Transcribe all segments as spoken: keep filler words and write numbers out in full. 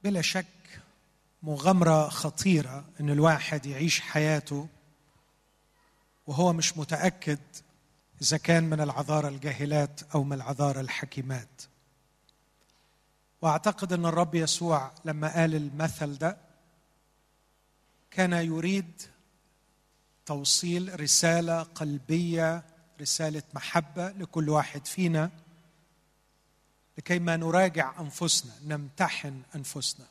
بلا شك مغامرة خطيرة إن الواحد يعيش حياته وهو مش متأكد إذا كان من العذارى الجاهلات أو من العذارى الحكيمات. وأعتقد أن الرب يسوع لما قال المثل ده كان يريد توصيل رسالة قلبية، رسالة محبة لكل واحد فينا، لكي ما نراجع أنفسنا، نمتحن أنفسنا.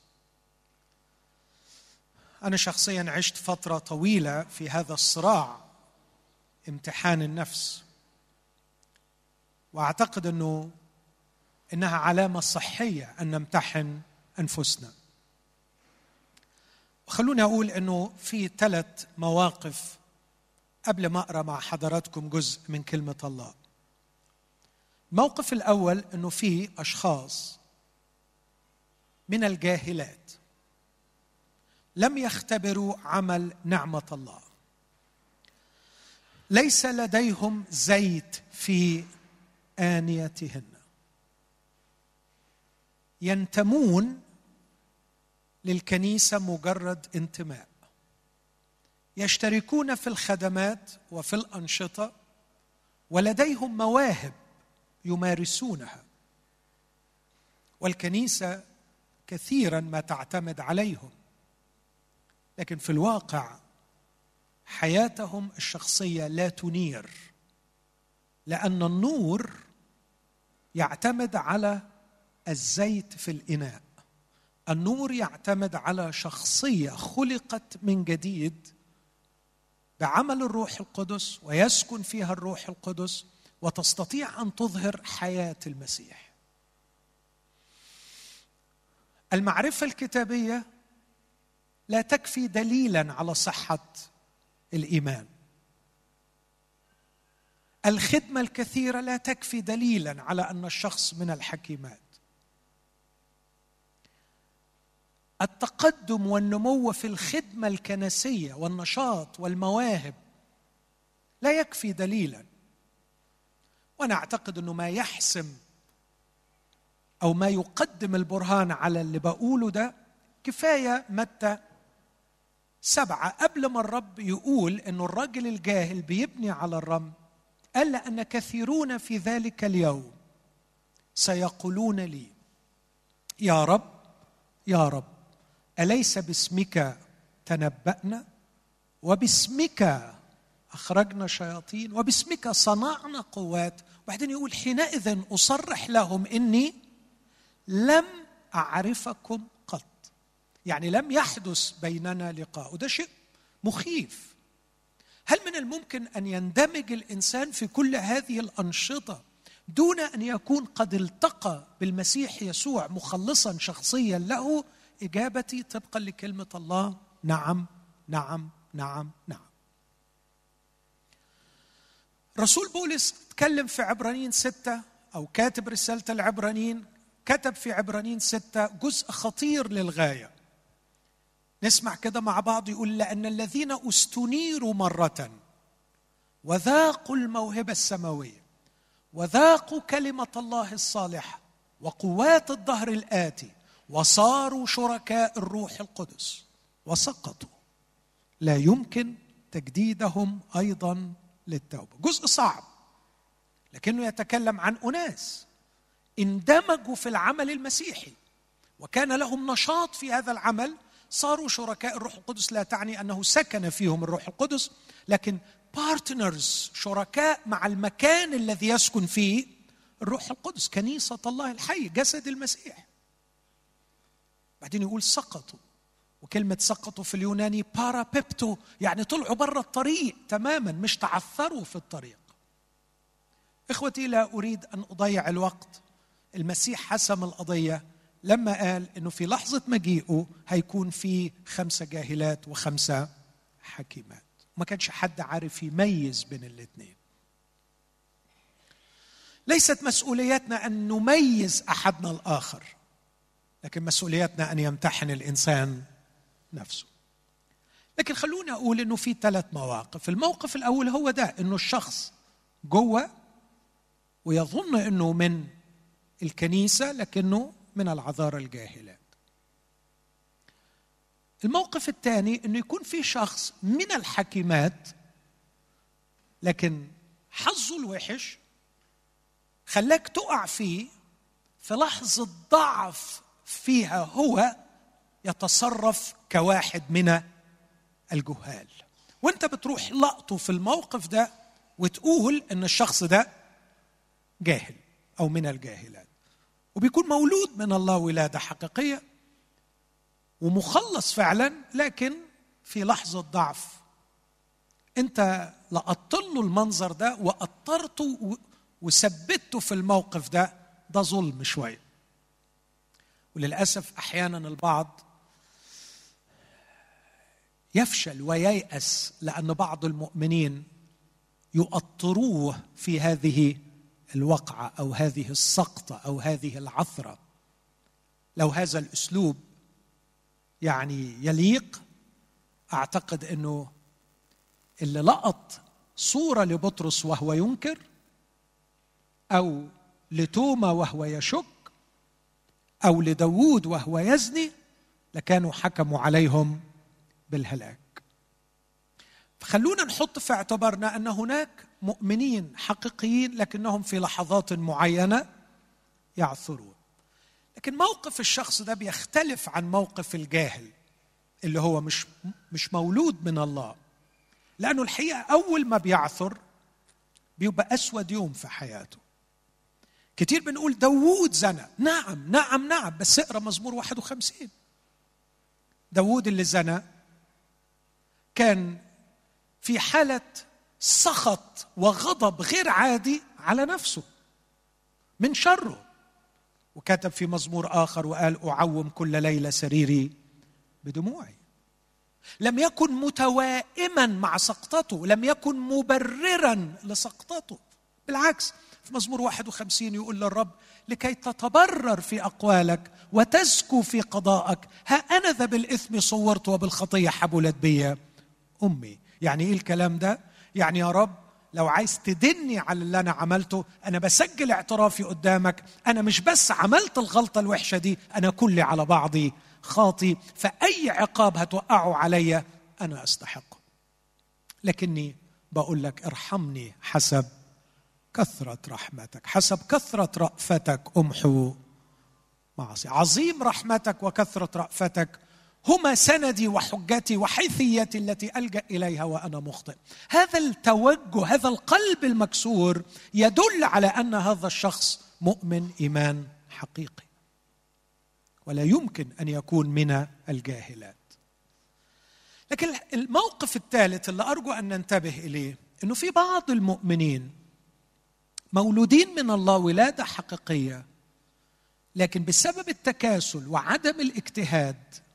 أنا شخصياً عشت فترة طويلة في هذا الصراع، امتحان النفس، وأعتقد أنه إنها علامة صحية أن نمتحن أنفسنا. وخلوني أقول أنه في ثلاث مواقف قبل ما أقرأ مع حضراتكم جزء من كلمة الله. الموقف الأول أنه في أشخاص من الجاهلات لم يختبروا عمل نعمة الله، ليس لديهم زيت في آنيتهن، ينتمون للكنيسة مجرد انتماء، يشتركون في الخدمات وفي الأنشطة ولديهم مواهب يمارسونها، والكنيسة كثيرا ما تعتمد عليهم، لكن في الواقع حياتهم الشخصية لا تنير، لأن النور يعتمد على الزيت في الإناء. النور يعتمد على شخصية خلقت من جديد بعمل الروح القدس ويسكن فيها الروح القدس وتستطيع أن تظهر حياة المسيح. المعرفة الكتابية لا تكفي دليلاً على صحة الإيمان. الخدمة الكثيرة لا تكفي دليلاً على أن الشخص من الحكيمات. التقدم والنمو في الخدمة الكنسية والنشاط والمواهب لا يكفي دليلاً. وأنا أعتقد أنه ما يحسم أو ما يقدم البرهان على اللي بقوله ده كفاية متى سبعة، قبل ما الرب يقول أنه الرجل الجاهل بيبني على الرمل، قال لأن كثيرون في ذلك اليوم سيقولون لي يا رب يا رب أليس باسمك تنبأنا وباسمك أخرجنا شياطين وباسمك صنعنا قوات؟ وبعدين يقول حينئذ أصرح لهم إني لم أعرفكم قط. يعني لم يحدث بيننا لقاء، وده شيء مخيف. هل من الممكن أن يندمج الإنسان في كل هذه الأنشطة دون أن يكون قد التقى بالمسيح يسوع مخلصاً شخصياً له؟ إجابتي طبقاً لكلمة الله نعم نعم نعم نعم. رسول بولس تكلم في عبرانيين ستة، أو كاتب رسالة العبرانيين كتب في عبرانيين ستة جزء خطير للغاية. نسمع كده مع بعض. يقول لأن الذين استنيروا مرة وذاقوا الموهبة السماوية وذاقوا كلمة الله الصالحة وقوات الدهر الآتي وصاروا شركاء الروح القدس وسقطوا لا يمكن تجديدهم أيضا للتوبة. جزء صعب، لكنه يتكلم عن أناس اندمجوا في العمل المسيحي وكان لهم نشاط في هذا العمل، صاروا شركاء الروح القدس. لا تعني أنه سكن فيهم الروح القدس، لكن بارتنرز، شركاء مع المكان الذي يسكن فيه الروح القدس، كنيسة الله الحي، جسد المسيح. بعدين يقول سقطوا، وكلمة سقطوا في اليوناني بارابيبتو، يعني طلعوا برا الطريق تماما، مش تعثروا في الطريق. إخوتي، لا أريد أن أضيع الوقت. المسيح حسم القضية لما قال إنه في لحظة مجيئه هيكون في خمسة جاهلات وخمسة حكيمات. ما كانش حد عارف يميز بين الاثنين. ليست مسؤوليتنا أن نميز أحدنا الآخر، لكن مسؤوليتنا أن يمتحن الإنسان نفسه. لكن خلونا أقول إنه في ثلاث مواقف. الموقف الأول هو ده، إنه الشخص جوه ويظن إنه من الكنيسة لكنه من العذارى الجاهلات. الموقف الثاني انه يكون في شخص من الحكيمات لكن حظه الوحش خلاك تقع فيه في لحظة ضعف فيها هو يتصرف كواحد من الجهال، وانت بتروح لقطه في الموقف ده وتقول ان الشخص ده جاهل او من الجاهلات، وبيكون مولود من الله ولادة حقيقية ومخلص فعلا، لكن في لحظة ضعف انت لقطت له المنظر ده وأطرته وثبته في الموقف ده. ده ظلم شوية. وللأسف أحيانا البعض يفشل وييأس لأن بعض المؤمنين يؤطروه في هذه الوقعة أو هذه السقطة أو هذه العثرة. لو هذا الأسلوب يعني يليق، أعتقد أنه اللي لقط صورة لبطرس وهو ينكر أو لتوما وهو يشك أو لداود وهو يزني لكانوا حكموا عليهم بالهلاك. فخلونا نحط في اعتبارنا أن هناك مؤمنين حقيقيين لكنهم في لحظات معينة يعثرون، لكن موقف الشخص ده بيختلف عن موقف الجاهل اللي هو مش مش مولود من الله، لأنه الحقيقة أول ما بيعثر بيبقى أسود يوم في حياته. كتير بنقول داود زنى، نعم نعم نعم، بس اقرأ مزمور واحد وخمسين. داود اللي زنى كان في حالة سخط وغضب غير عادي على نفسه من شره، وكتب في مزمور آخر وقال أعوم كل ليلة سريري بدموعي. لم يكن متوائما مع سقطته، لم يكن مبررا لسقطته، بالعكس في مزمور واحد وخمسين يقول للرب لكي تتبرر في أقوالك وتزكو في قضائك، ها أنا ذا بالإثم صورت وبالخطية حبلت بي أمي. يعني إيه الكلام ده؟ يعني يا رب لو عايز تدني على اللي أنا عملته، أنا بسجل اعترافي قدامك، أنا مش بس عملت الغلطة الوحشة دي، أنا كلي على بعضي خاطي، فأي عقاب هتوقعه علي أنا أستحقه. لكني بقول لك ارحمني حسب كثرة رحمتك، حسب كثرة رأفتك أمحو معصي. عظيم رحمتك وكثرة رأفتك هما سندي وحجتي وحيثيتي التي ألجأ إليها وأنا مخطئ. هذا التوجه، هذا القلب المكسور يدل على أن هذا الشخص مؤمن إيمان حقيقي، ولا يمكن أن يكون من الجاهلات. لكن الموقف الثالث اللي أرجو أن ننتبه إليه أنه في بعض المؤمنين مولودين من الله ولادة حقيقية، لكن بسبب التكاسل وعدم الاجتهاد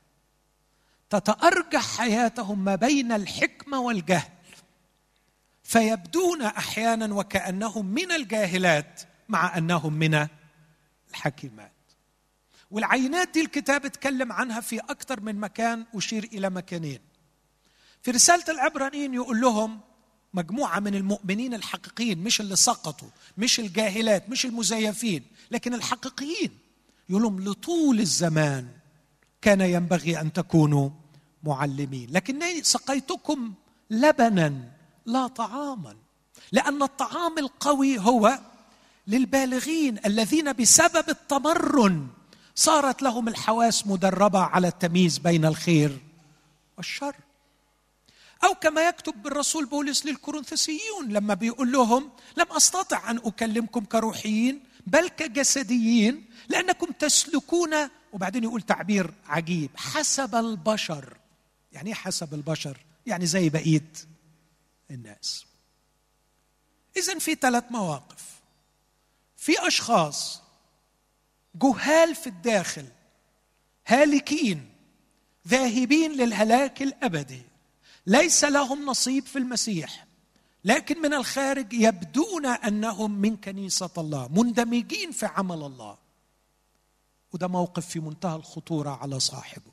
تتأرجح حياتهم ما بين الحكمة والجهل، فيبدون أحيانا وكأنهم من الجاهلات مع أنهم من الحكيمات. والعينات دي الكتاب اتكلم عنها في أكثر من مكان، أشير إلى مكانين. في رسالة العبرانيين يقول لهم مجموعة من المؤمنين الحقيقيين، مش اللي سقطوا، مش الجاهلات، مش المزيفين، لكن الحقيقيين، يقول لهم لطول الزمان كان ينبغي أن تكونوا معلمين، لكنني سقيتكم لبنا لا طعاما، لأن الطعام القوي هو للبالغين الذين بسبب التمرن صارت لهم الحواس مدربة على التمييز بين الخير والشر. أو كما يكتب بالرسول بولس للكورنثيين لما بيقول لهم لم أستطع أن أكلمكم كروحيين بل كجسديين لأنكم تسلكون، وبعدين يقول تعبير عجيب، حسب البشر. يعني إيه حسب البشر؟ يعني زي بقية الناس. إذن في ثلاث مواقف. في أشخاص جهال في الداخل، هالكين ذاهبين للهلاك الأبدي، ليس لهم نصيب في المسيح، لكن من الخارج يبدون أنهم من كنيسة الله، مندمجين في عمل الله، وده موقف في منتهى الخطورة على صاحبه.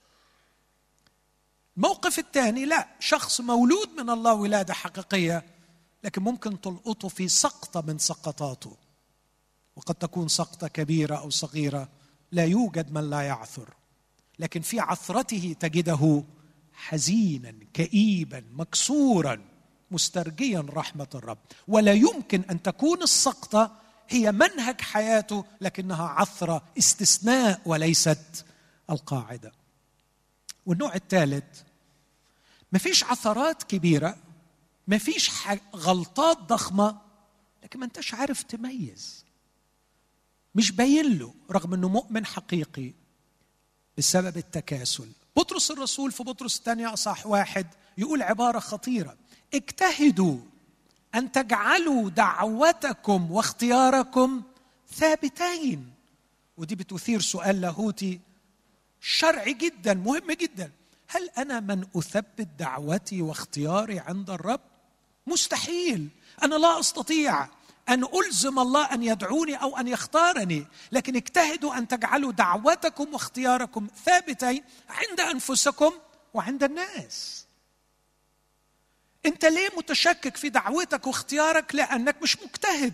الموقف الثاني لا، شخص مولود من الله ولادة حقيقية، لكن ممكن تلقطه في سقطة من سقطاته، وقد تكون سقطة كبيرة أو صغيرة، لا يوجد من لا يعثر، لكن في عثرته تجده حزينا كئيبا مكسورا مسترجيا رحمة الرب. ولا يمكن أن تكون السقطة هي منهج حياته، لكنها عثرة استثناء وليست القاعدة. والنوع الثالث، مفيش عثرات كبيرة، مفيش غلطات ضخمة، لكن ما انتش عارف تميز، مش باين له رغم أنه مؤمن حقيقي بسبب التكاسل. بطرس الرسول في بطرس الثانية أصحاح واحد يقول عبارة خطيرة: اجتهدوا أن تجعلوا دعوتكم واختياركم ثابتين. ودي بتثير سؤال لاهوتي شرعي جدا مهم جدا: هل أنا من أثبت دعوتي واختياري عند الرب؟ مستحيل. أنا لا أستطيع أن ألزم الله أن يدعوني أو أن يختارني، لكن اجتهدوا أن تجعلوا دعوتكم واختياركم ثابتين عند أنفسكم وعند الناس. أنت ليه متشكك في دعوتك واختيارك؟ لأنك مش مجتهد.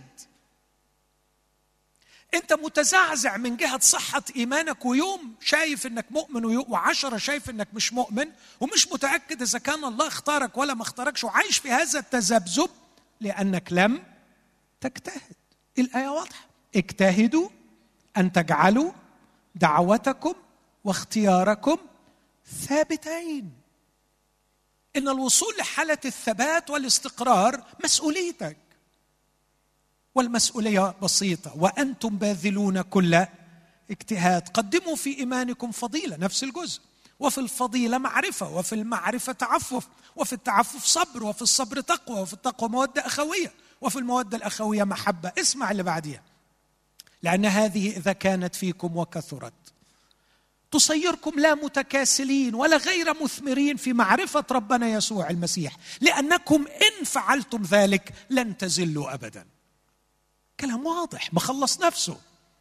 أنت متزعزع من جهة صحة إيمانك، ويوم شايف أنك مؤمن وعشرة شايف أنك مش مؤمن، ومش متأكد إذا كان الله اختارك ولا ما اختاركش، وعايش في هذا التذبذب لأنك لم تجتهد. الآية واضحة: اجتهدوا أن تجعلوا دعوتكم واختياركم ثابتين. إن الوصول لحالة الثبات والاستقرار مسؤوليتك، والمسؤولية بسيطة: وأنتم باذلون كل اجتهاد قدموا في إيمانكم فضيلة، نفس الجزء، وفي الفضيلة معرفة، وفي المعرفة تعفف، وفي التعفف صبر، وفي الصبر تقوى، وفي التقوى مودة أخوية، وفي المودة الأخوية محبة. اسمع اللي بعديها: لأن هذه إذا كانت فيكم وكثرت تصيركم لا متكاسلين ولا غير مثمرين في معرفة ربنا يسوع المسيح، لأنكم إن فعلتم ذلك لن تزلوا أبدا. كلام واضح مخلص نفسه.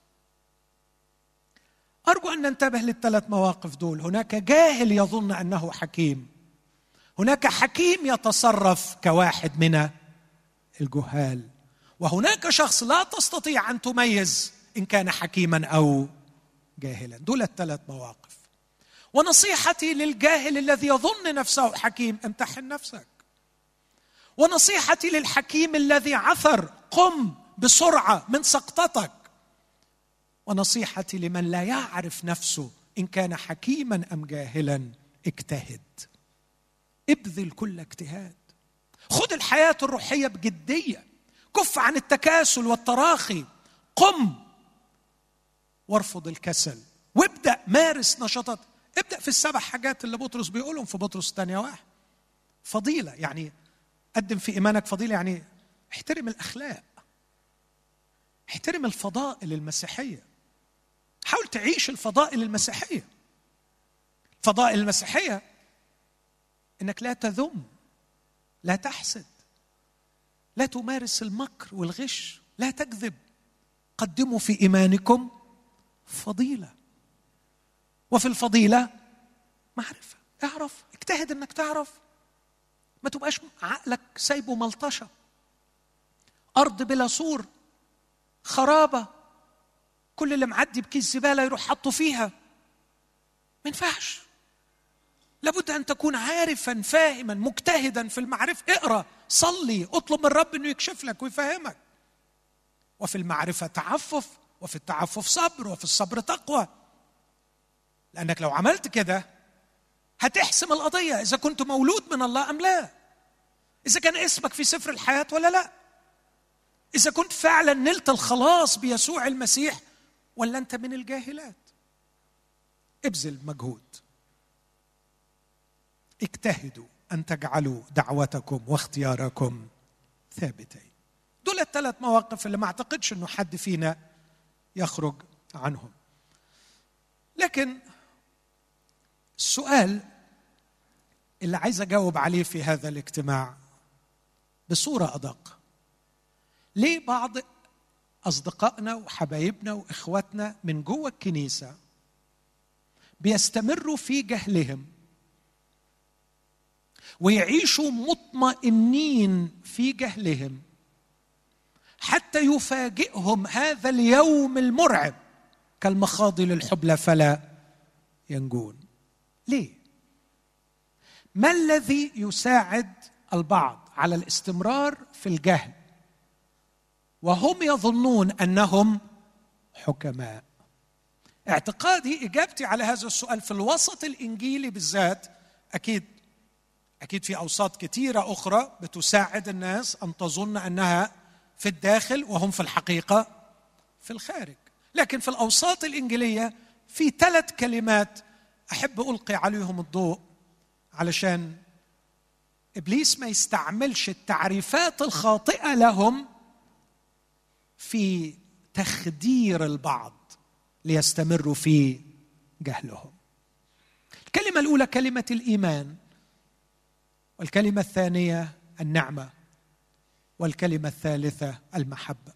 أرجو أن ننتبه للثلاث مواقف دول. هناك جاهل يظن أنه حكيم، هناك حكيم يتصرف كواحد من الجهال، وهناك شخص لا تستطيع أن تميز إن كان حكيما أو جاهلا. دول الثلاث مواقف. ونصيحتي للجاهل الذي يظن نفسه حكيم: امتحن نفسك. ونصيحتي للحكيم الذي عثر: قم بسرعة من سقطتك. ونصيحتي لمن لا يعرف نفسه إن كان حكيما أم جاهلا: اجتهد، ابذل كل اجتهاد، خذ الحياة الروحية بجدية، كف عن التكاسل والتراخي، قم وارفض الكسل، وابدأ مارس نشاطات. ابدأ في السبع حاجات اللي بطرس بيقولهم في بطرس الثانية واحد. فضيلة يعني قدم في إيمانك فضيلة، يعني احترم الأخلاق، احترم الفضائل المسيحية، حاول تعيش الفضائل المسيحية. الفضائل المسيحية إنك لا تذم، لا تحسد، لا تمارس المكر والغش، لا تكذب. قدموا في إيمانكم فضيلة، وفي الفضيلة معرفة. اعرف، اجتهد انك تعرف، ما تبقاش عقلك سايبه ملطشة، أرض بلا سور، خرابة، كل اللي معدي بكيس زبالة يروح حطه فيها. ما ينفعش. لابد أن تكون عارفا فاهما مجتهدا في المعرفة. اقرأ، صلي، اطلب من الرب أنه يكشف لك ويفهمك. وفي المعرفة تعفف، وفي التعفف صبر، وفي الصبر تقوى. لأنك لو عملت كده هتحسم القضية إذا كنت مولود من الله أم لا، إذا كان اسمك في سفر الحياة ولا لا، إذا كنت فعلا نلت الخلاص بيسوع المسيح ولا أنت من الجاهلات. ابذل مجهود، اجتهدوا أن تجعلوا دعوتكم واختياركم ثابتين. دول الثلاث مواقف اللي ما اعتقدش أنه حد فينا يخرج عنهم. لكن السؤال اللي عايز أجاوب عليه في هذا الاجتماع بصورة أدق: ليه بعض أصدقائنا وحبايبنا وإخواتنا من جوه الكنيسة بيستمروا في جهلهم ويعيشوا مطمئنين في جهلهم حتى يفاجئهم هذا اليوم المرعب كالمخاض للحبلى فلا ينجون. ليه؟ ما الذي يساعد البعض على الاستمرار في الجهل وهم يظنون أنهم حكماء؟ اعتقادي إجابتي على هذا السؤال في الوسط الإنجيلي بالذات، أكيد أكيد في أوساط كثيرة أخرى بتساعد الناس أن تظن أنها في الداخل وهم في الحقيقة في الخارج، لكن في الأوساط الإنجيلية في ثلاث كلمات أحب ألقي عليهم الضوء علشان إبليس ما يستعملش التعريفات الخاطئة لهم في تخدير البعض ليستمروا في جهلهم. الكلمة الأولى كلمة الإيمان، والكلمة الثانية النعمة، والكلمة الثالثة المحبة.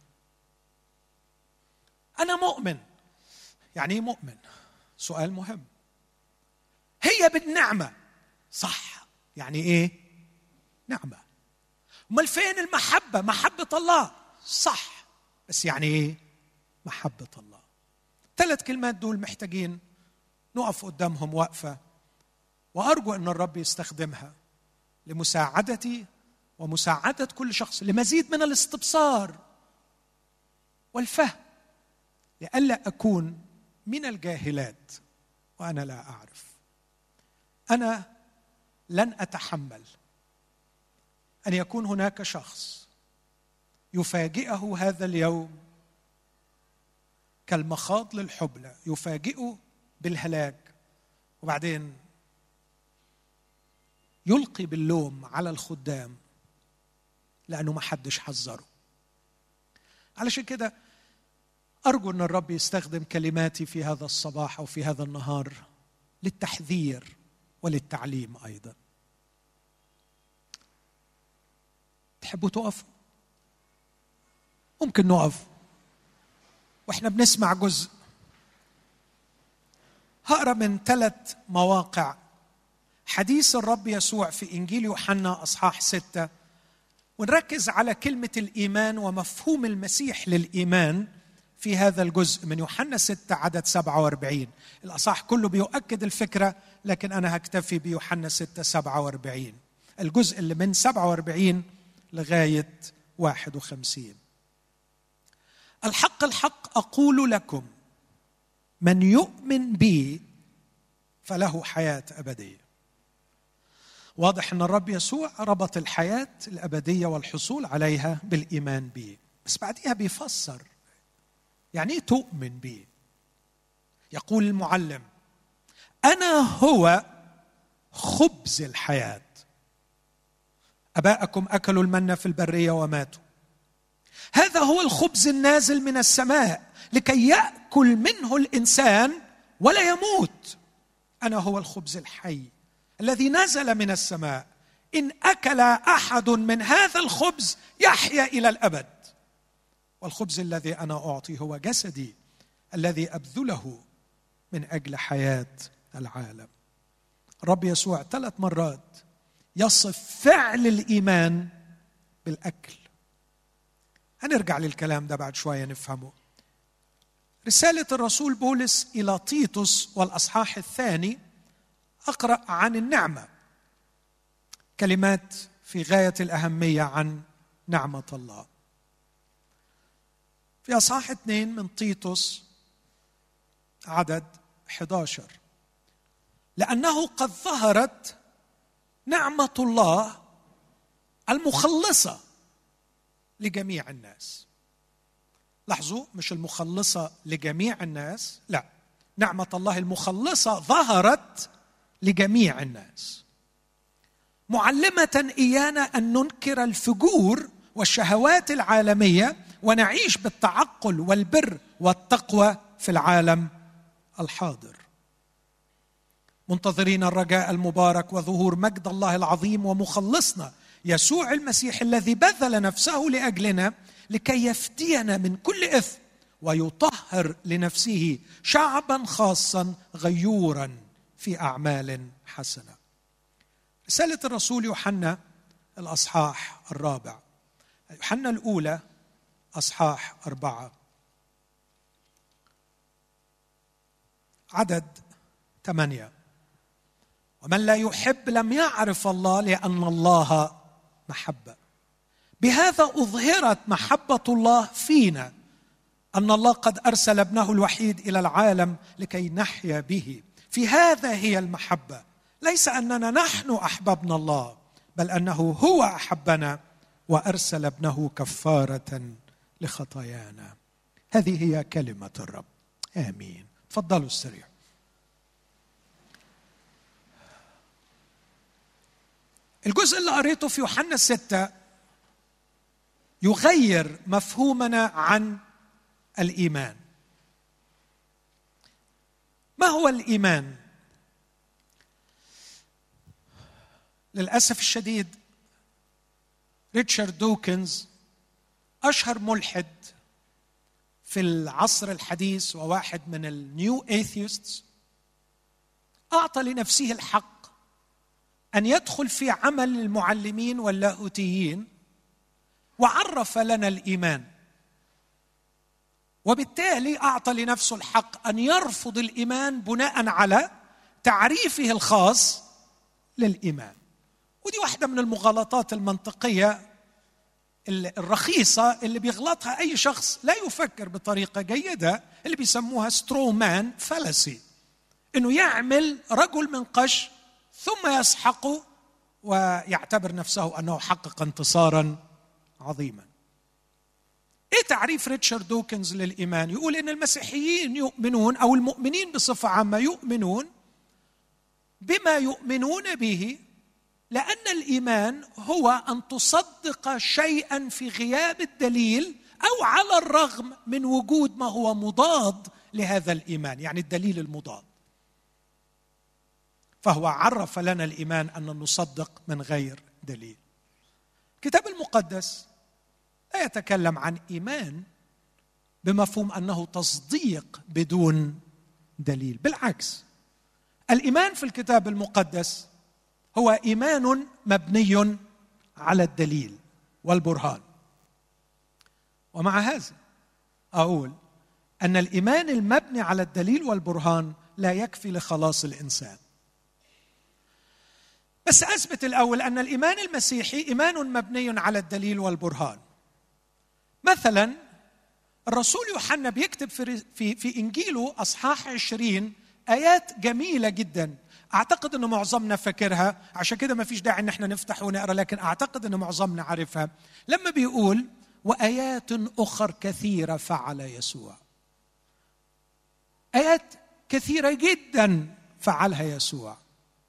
أنا مؤمن. يعني إيه مؤمن؟ سؤال مهم. هي بالنعمة، صح، يعني إيه نعمة؟ أمال فين المحبة؟ محبة الله، صح، بس يعني إيه محبة الله؟ ثلاث كلمات دول محتاجين نقف قدامهم وقفة، وأرجو أن الرب يستخدمها لمساعدتي ومساعدة كل شخص لمزيد من الاستبصار والفهم، لئلا أكون من الجاهلات وأنا لا أعرف. أنا لن أتحمل أن يكون هناك شخص يفاجئه هذا اليوم كالمخاض للحبلى، يفاجئه بالهلاك، وبعدين يلقي باللوم على الخدام لأنه ما حدش حذره. علشان كده أرجو أن الرب يستخدم كلماتي في هذا الصباح أو في هذا النهار للتحذير وللتعليم أيضا. تحبوا تقفوا؟ ممكن نقف وإحنا بنسمع جزء. هقرأ من ثلاث مواقع حديث الرب يسوع في إنجيل يوحنا أصحاح ستة، ونركز على كلمة الإيمان ومفهوم المسيح للإيمان في هذا الجزء من يوحنا ستة عدد سبعة وأربعين. الأصحاح كله بيؤكد الفكرة، لكن أنا هكتفي بيوحنا ستة سبعة وأربعين، الجزء اللي من سبعة وأربعين لغاية واحد وخمسين. الحق الحق أقول لكم، من يؤمن بي فله حياة أبدية. واضح أن الرب يسوع ربط الحياة الأبدية والحصول عليها بالإيمان بي، بس بعدها بيفسر يعني إيه تؤمن بي. يقول المعلم: أنا هو خبز الحياة، أباءكم أكلوا المنة في البرية وماتوا، هذا هو الخبز النازل من السماء لكي يأكل منه الإنسان ولا يموت. أنا هو الخبز الحي الذي نزل من السماء، إن أكل أحد من هذا الخبز يحيا إلى الأبد، والخبز الذي أنا أعطي هو جسدي الذي أبذله من أجل حياة العالم. رب يسوع ثلاث مرات يصف فعل الإيمان بالأكل. هنرجع للكلام ده بعد شوية نفهمه. رسالة الرسول بولس إلى تيتوس والأصحاح الثاني أقرأ عن النعمة، كلمات في غاية الأهمية عن نعمة الله. في أصحاح اثنين من تيتوس عدد أحد عشر: لأنه قد ظهرت نعمة الله المخلصة لجميع الناس. لاحظوا، مش المخلصة لجميع الناس، لا، نعمة الله المخلصة ظهرت لجميع الناس، معلمة إيانا أن ننكر الفجور والشهوات العالمية ونعيش بالتعقل والبر والتقوى في العالم الحاضر، منتظرين الرجاء المبارك وظهور مجد الله العظيم ومخلصنا يسوع المسيح الذي بذل نفسه لأجلنا لكي يفدينا من كل إثم ويطهر لنفسه شعبا خاصا غيورا في أعمال حسنة. رسالة الرسول يوحنا الأصحاح الرابع، يوحنا الأولى أصحاح أربعة عدد ثمانية. ومن لا يحب لم يعرف الله لأن الله محبة. بهذا أظهرت محبة الله فينا، أن الله قد أرسل ابنه الوحيد إلى العالم لكي نحيا به. في هذا هي المحبة، ليس أننا نحن أحببنا الله، بل أنه هو أحبنا وأرسل ابنه كفارة لخطايانا. هذه هي كلمة الرب. آمين. تفضلوا استريحوا. الجزء اللي قريته في يوحنا ستة يغير مفهومنا عن الإيمان. ما هو الإيمان؟ للأسف الشديد ريتشارد دوكنز أشهر ملحد في العصر الحديث وواحد من النيو ايثيستس أعطى لنفسه الحق أن يدخل في عمل المعلمين واللاهوتيين وعرف لنا الإيمان، وبالتالي أعطى لنفسه الحق أن يرفض الإيمان بناء على تعريفه الخاص للإيمان. ودي واحدة من المغالطات المنطقية الرخيصة اللي بيغلطها أي شخص لا يفكر بطريقة جيدة، اللي بيسموها سترو مان فالسي، إنه يعمل رجل من قش ثم يسحقه ويعتبر نفسه أنه حقق انتصارا عظيما. إيه تعريف ريتشارد دوكنز للإيمان؟ يقول إن المسيحيين يؤمنون، أو المؤمنين بصفة عامة يؤمنون بما يؤمنون به، لأن الإيمان هو أن تصدق شيئا في غياب الدليل أو على الرغم من وجود ما هو مضاد لهذا الإيمان، يعني الدليل المضاد. فهو عرف لنا الإيمان أن نصدق من غير دليل. الكتاب المقدس لا يتكلم عن إيمان بمفهوم أنه تصديق بدون دليل، بالعكس، الإيمان في الكتاب المقدس هو إيمان مبني على الدليل والبرهان. ومع هذا أقول أن الإيمان المبني على الدليل والبرهان لا يكفي لخلاص الإنسان. بس أثبت الأول أن الإيمان المسيحي إيمان مبني على الدليل والبرهان. مثلا الرسول يوحنا بيكتب في, في, في إنجيله أصحاح عشرين آيات جميلة جدا، أعتقد أن معظمنا فاكرها، عشان كده ما فيش داعي أن احنا نفتح ونقرأ، لكن أعتقد أن معظمنا عارفها. لما بيقول وآيات أخر كثيرة فعل يسوع، آيات كثيرة جدا فعلها يسوع،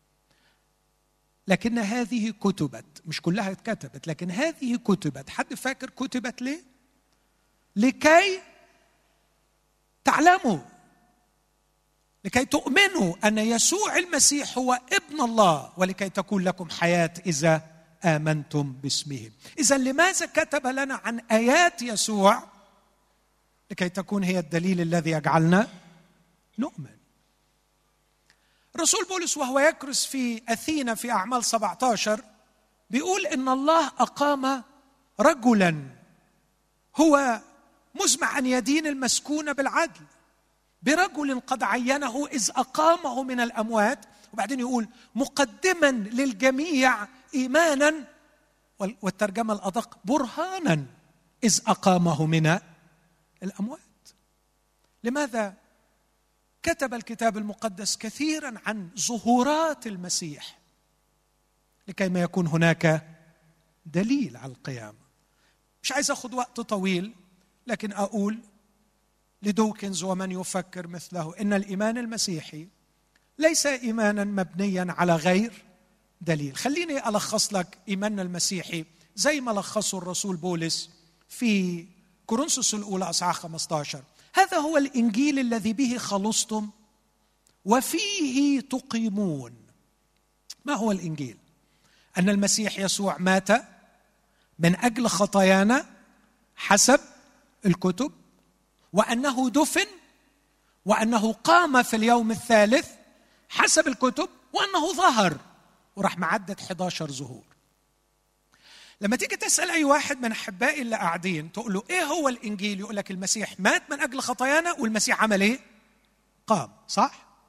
لكن هذه كتبت، مش كلها اتكتبت، لكن هذه كتبت. حد فاكر كتبت ليه؟ لكي تعلموا، لكي تؤمنوا أن يسوع المسيح هو ابن الله، ولكي تكون لكم حياة إذا آمنتم باسمه. إذن لماذا كتب لنا عن آيات يسوع؟ لكي تكون هي الدليل الذي يجعلنا نؤمن. الرسول بولس وهو يكرس في أثينا في أعمال سبعة عشر بيقول إن الله أقام رجلا هو مزمع أن يدين المسكون بالعدل، برجل قد عينه إذ أقامه من الأموات، وبعدين يقول مقدما للجميع إيمانا، والترجمة الأدق برهانا، إذ أقامه من الأموات. لماذا كتب الكتاب المقدس كثيرا عن ظهورات المسيح؟ لكي ما يكون هناك دليل على القيامة. مش عايز أخذ وقت طويل، لكن أقول لدوكنز ومن يفكر مثله إن الإيمان المسيحي ليس إيمانا مبنيا على غير دليل. خليني ألخص لك إيماننا المسيحي زي ما لخصه الرسول بولس في كورنثوس الأولى أصحاح خمسة عشر. هذا هو الإنجيل الذي به خلصتم وفيه تقيمون. ما هو الإنجيل؟ أن المسيح يسوع مات من أجل خطايانا حسب الكتب، وأنه دفن، وأنه قام في اليوم الثالث حسب الكتب، وأنه ظهر وراح معدد إحدى عشر ظهور. لما تيجي تسأل أي واحد من أحبائي اللي قاعدين تقول له إيه هو الإنجيل؟ يقول لك المسيح مات من أجل خطايانا، والمسيح عمل إيه؟ قام. صح؟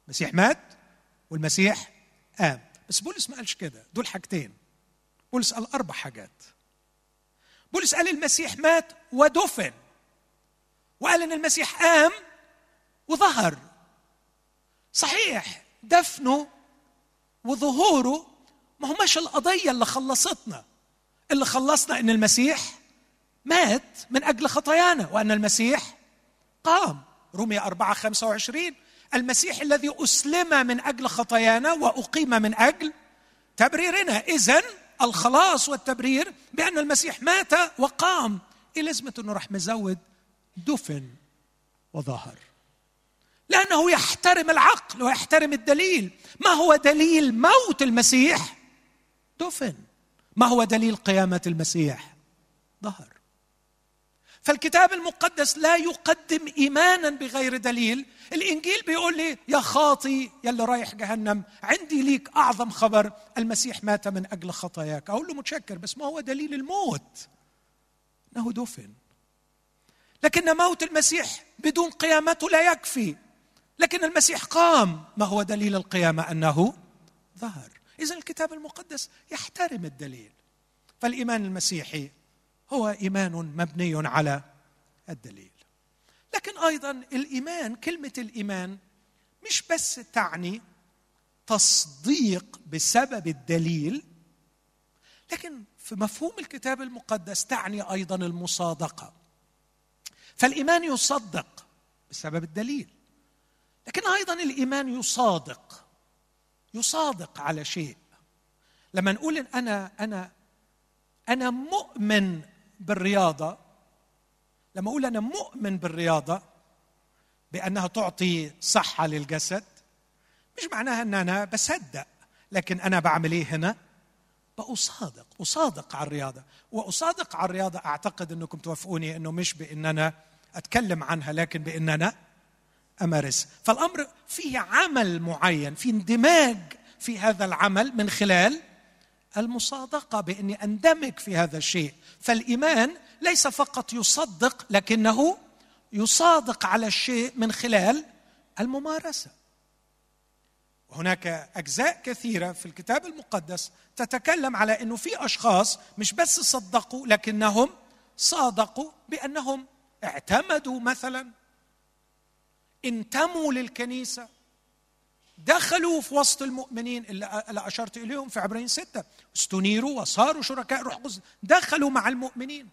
المسيح مات والمسيح قام. بس بولس ما قالش كده، دول حاجتين. بولس قال أربع حاجات. بولس قال المسيح مات ودفن، وقال إن المسيح قام وظهر. صحيح دفنه وظهوره ما هماش القضية اللي خلصتنا. اللي خلصنا إن المسيح مات من أجل خطايانا وأن المسيح قام. رومية أربعة خمسة وعشرين المسيح الذي أسلم من أجل خطايانا وأقيم من أجل تبريرنا. إذن الخلاص والتبرير بأن المسيح مات وقام. إيه لازمة أنه راح مزود دفن وظهر؟ لأنه يحترم العقل ويحترم الدليل. ما هو دليل موت المسيح؟ دفن. ما هو دليل قيامة المسيح؟ ظهر. فالكتاب المقدس لا يقدم إيمانا بغير دليل. الإنجيل بيقول لي يا خاطي يا اللي رايح جهنم، عندي ليك أعظم خبر، المسيح مات من أجل خطاياك. أقول له متشكر، بس ما هو دليل الموت؟ أنه دفن. لكن موت المسيح بدون قيامته لا يكفي. لكن المسيح قام. ما هو دليل القيامة؟ أنه ظهر. إذن الكتاب المقدس يحترم الدليل. فالإيمان المسيحي هو إيمان مبني على الدليل. لكن أيضا الإيمان، كلمة الإيمان مش بس تعني تصديق بسبب الدليل، لكن في مفهوم الكتاب المقدس تعني أيضا المصادقة. فالإيمان يصدق بسبب الدليل، لكن أيضا الإيمان يصادق يصادق على شيء. لما نقول إن أنا أنا أنا مؤمن بالرياضة، لما أقول أنا مؤمن بالرياضة بأنها تعطي صحة للجسد، مش معناها أن أنا بصدق، لكن أنا بعمل إيه هنا؟ بأصادق أصادق على الرياضة. وأصادق على الرياضة أعتقد أنكم توافقوني أنه مش بأن أنا أتكلم عنها، لكن بأن أنا أمارس. فالأمر فيه عمل معين، في اندماج في هذا العمل من خلال المصادقة، بأني أندمج في هذا الشيء. فالإيمان ليس فقط يصدق، لكنه يصادق على الشيء من خلال الممارسة. وهناك أجزاء كثيرة في الكتاب المقدس تتكلم على أنه في أشخاص مش بس صدقوا، لكنهم صادقوا بأنهم اعتمدوا، مثلا انتموا للكنيسة، دخلوا في وسط المؤمنين اللي أشرت إليهم في عبرانيين ستة، استنيروا وصاروا شركاء روح القدس، دخلوا مع المؤمنين.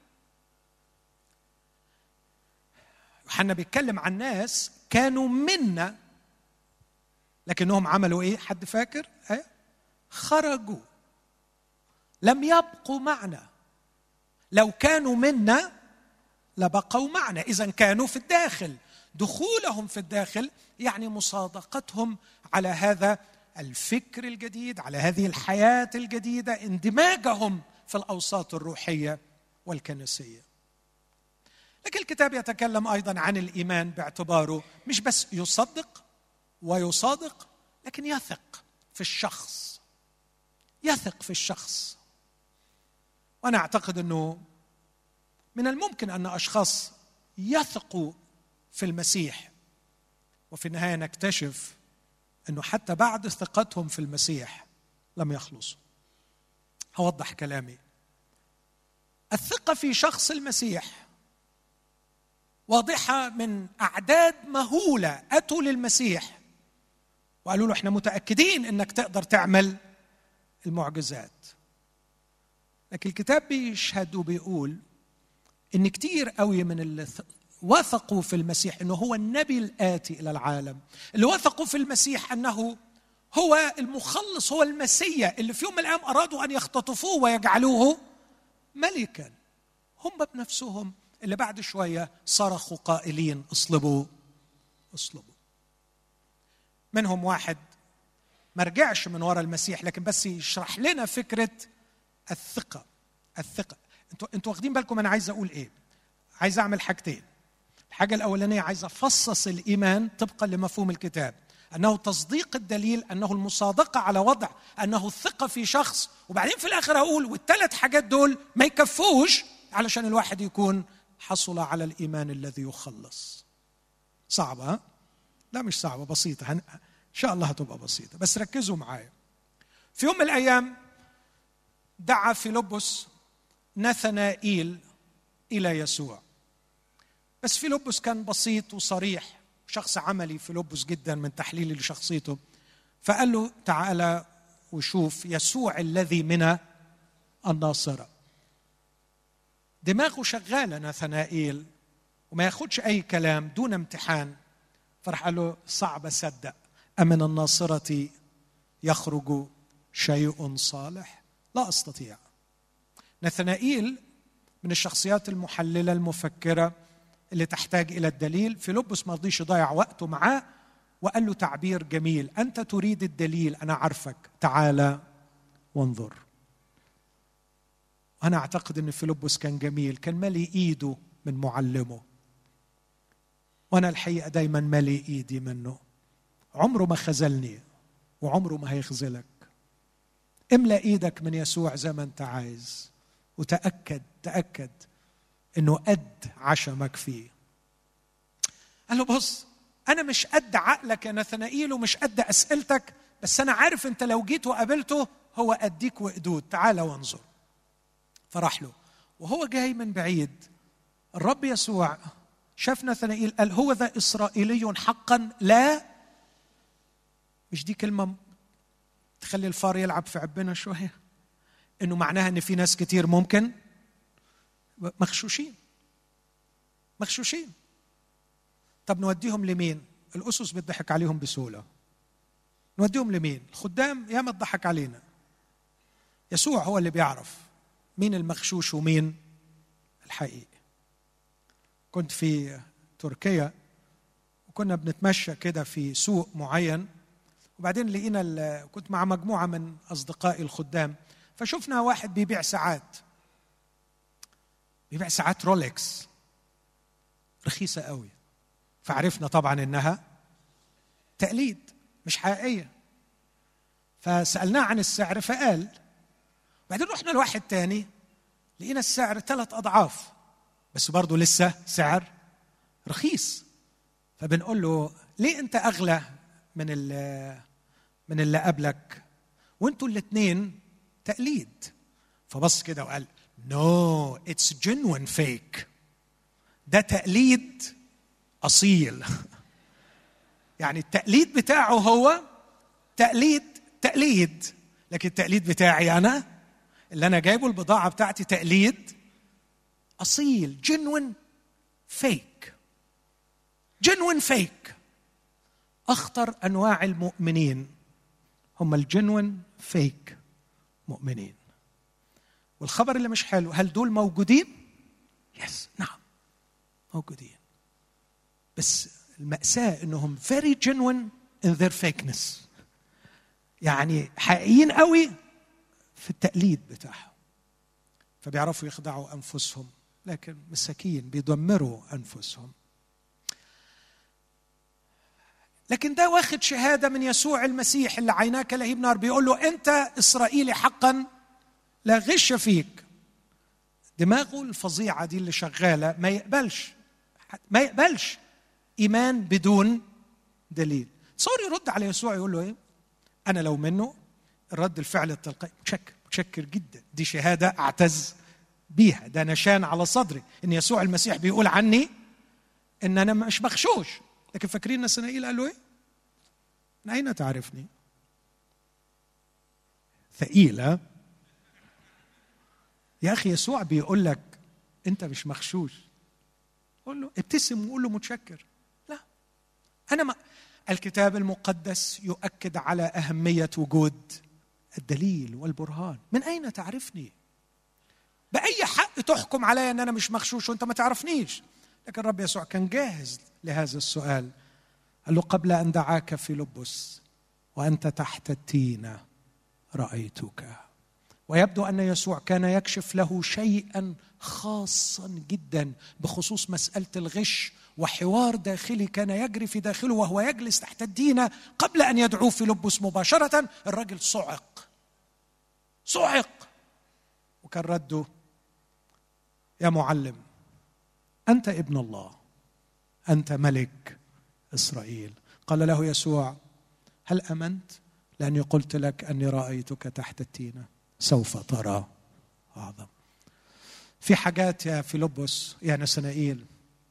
يوحنا بيتكلم عن ناس كانوا منا لكنهم عملوا إيه؟ حد فاكر؟ أه؟ خرجوا، لم يبقوا معنا. لو كانوا منا لبقوا معنا. إذن كانوا في الداخل. دخولهم في الداخل يعني مصادقتهم على هذا الفكر الجديد، على هذه الحياة الجديدة، اندماجهم في الأوساط الروحية والكنسية. لكن الكتاب يتكلم أيضا عن الإيمان باعتباره مش بس يصدق ويصادق، لكن يثق في الشخص. يثق في الشخص. وأنا أعتقد أنه من الممكن أن أشخاص يثقوا في المسيح، وفي النهاية نكتشف أنه حتى بعد ثقتهم في المسيح لم يخلصوا. هوضح كلامي. الثقة في شخص المسيح واضحة من أعداد مهولة أتوا للمسيح وقالوا له إحنا متأكدين إنك تقدر تعمل المعجزات. لكن الكتاب بيشهد وبيقول إن كتير قوي من اللي وثقوا في المسيح إنه هو النبي الآتي إلى العالم، اللي وثقوا في المسيح أنه هو المخلص، هو المسيا اللي في يوم من الأيام أرادوا أن يختطفوه ويجعلوه ملكا، هم بنفسهم اللي بعد شوية صرخوا قائلين اصلبوا اصلبوا. منهم واحد ما رجعش من وراء المسيح، لكن بس يشرح لنا فكرة الثقة. الثقة انتوا انتوا واخدين بالكم أنا عايز أقول إيه؟ عايز أعمل حاجتين. الحاجة الأولانية عايز أفصص الإيمان طبقا لمفهوم الكتاب، أنه تصديق الدليل، أنه المصادقة على وضع، أنه الثقة في شخص، وبعدين في الآخر أقول والثلاث حاجات دول ما يكفوش علشان الواحد يكون حصل على الإيمان الذي يخلص. صعبة؟ لا مش صعبة، بسيطة. شاء الله هتبقى بسيطة، بس ركزوا معايا. في يوم من الأيام دعا فيلبس ناثنائيل إلى يسوع، بس فيلبس كان بسيط وصريح، شخص عملي فيلبس جدا من تحليلي لشخصيته، فقال له تعالى وشوف يسوع الذي من الناصرة. دماغه شغالة ناثنائيل وما ياخدش أي كلام دون امتحان، فراح قال له صعب أصدق أمن الناصرة يخرج شيء صالح؟ لا أستطيع. ناثنائيل من الشخصيات المحللة المفكرة اللي تحتاج إلى الدليل. فيلبس ما رضيش يضيع وقته معاه وقال له تعبير جميل: أنت تريد الدليل، أنا عارفك، تعالى وانظر. أنا أعتقد أن فيلبس كان جميل، كان مالي إيده من معلمه، وأنا الحقيقة دايما مالي إيدي منه. عمره ما خذلني وعمره ما هيخذلك. املأ إيدك من يسوع زي ما أنت عايز، وتأكد تأكد أنه قد عشمك فيه. قال له بص، أنا مش قد عقلك يا ناثنائيل ومش قد أسئلتك، بس أنا عارف أنت لو جيت وقابلته هو أديك وقدود، تعالى وانظر. فراح له وهو جاي من بعيد. الرب يسوع شاف ناثنائيل قال هو ذا إسرائيلي حقا، لا مش دي كلمة تخلي الفار يلعب في عبنا شوية، إنه معناها إن في ناس كتير ممكن مغشوشين مغشوشين. طب نوديهم لمين؟ الأسس بتضحك عليهم بسهولة. نوديهم لمين؟ الخدام ياما تضحك علينا. يسوع هو اللي بيعرف مين المغشوش ومين الحقيقي. كنت في تركيا وكنا بنتمشى كده في سوق معين، وبعدين لقينا، كنت مع مجموعة من أصدقائي الخدام، فشفنا واحد بيبيع ساعات بيبيع ساعات رولكس رخيصة قوي، فعرفنا طبعا إنها تقليد مش حقيقية. فسألناه عن السعر فقال. بعدين رحنا لواحد تاني لقينا السعر ثلاث أضعاف، بس برضو لسه سعر رخيص. فبنقول له ليه أنت أغلى من اللي من اللي قبلك وانتوا الاثنين تقليد؟ فبص كده وقال نو اتس جينوين فيك، ده تقليد أصيل. يعني التقليد بتاعه هو تقليد تقليد، لكن التقليد بتاعي أنا اللي أنا جايبه البضاعة بتاعتي تقليد أصيل، جينوين فيك. جينوين فيك. أخطر أنواع المؤمنين هم الجينوين فيك مؤمنين. والخبر اللي مش حلو، هل دول موجودين؟ يس، نعم موجودين، بس المأساة إنهم very genuine in their fakeness، يعني حقيقيين قوي في التقليد بتاعهم، فبيعرفوا يخدعوا أنفسهم، لكن مساكين بيدمروا أنفسهم. لكن ده واخد شهادة من يسوع المسيح اللي عيناك لهيب نار، بيقول له أنت إسرائيلي حقا لا غش فيك. دماغه الفظيعة دي اللي شغالة ما يقبلش ما يقبلش إيمان بدون دليل. صار يرد على يسوع يقول له إيه؟ أنا لو منه الرد الفعل التلقائي متشكر متشكر جدا، دي شهادة أعتز بيها، ده نشان على صدري إن يسوع المسيح بيقول عني إن أنا مش مغشوش. لكن فاكرين ناثنائيل قال له إيه؟ من أين تعرفني؟ ثقيلة يا أخي، يسوع بيقول لك أنت مش مغشوش، قول له ابتسم وقول له متشكر. لا، أنا ما الكتاب المقدس يؤكد على أهمية وجود الدليل والبرهان. من أين تعرفني؟ بأي حق تحكم علي أن أنا مش مغشوش وأنت ما تعرفنيش؟ لكن الرب يسوع كان جاهز لهذا السؤال. قال له قبل أن دعاك فيلبس وأنت تحت التين رأيتك. ويبدو أن يسوع كان يكشف له شيئا خاصا جدا بخصوص مسألة الغش، وحوار داخلي كان يجري في داخله وهو يجلس تحت الدينة قبل أن يدعوه فيلبس مباشرة. الرجل صعق صعق وكان رده يا معلم أنت ابن الله، أنت ملك إسرائيل. قال له يسوع هل أمنت؟ لأني قلت لك أني رأيتك تحت التينة سوف ترى أعظم. في حاجات يا فيلبس يا نسنائيل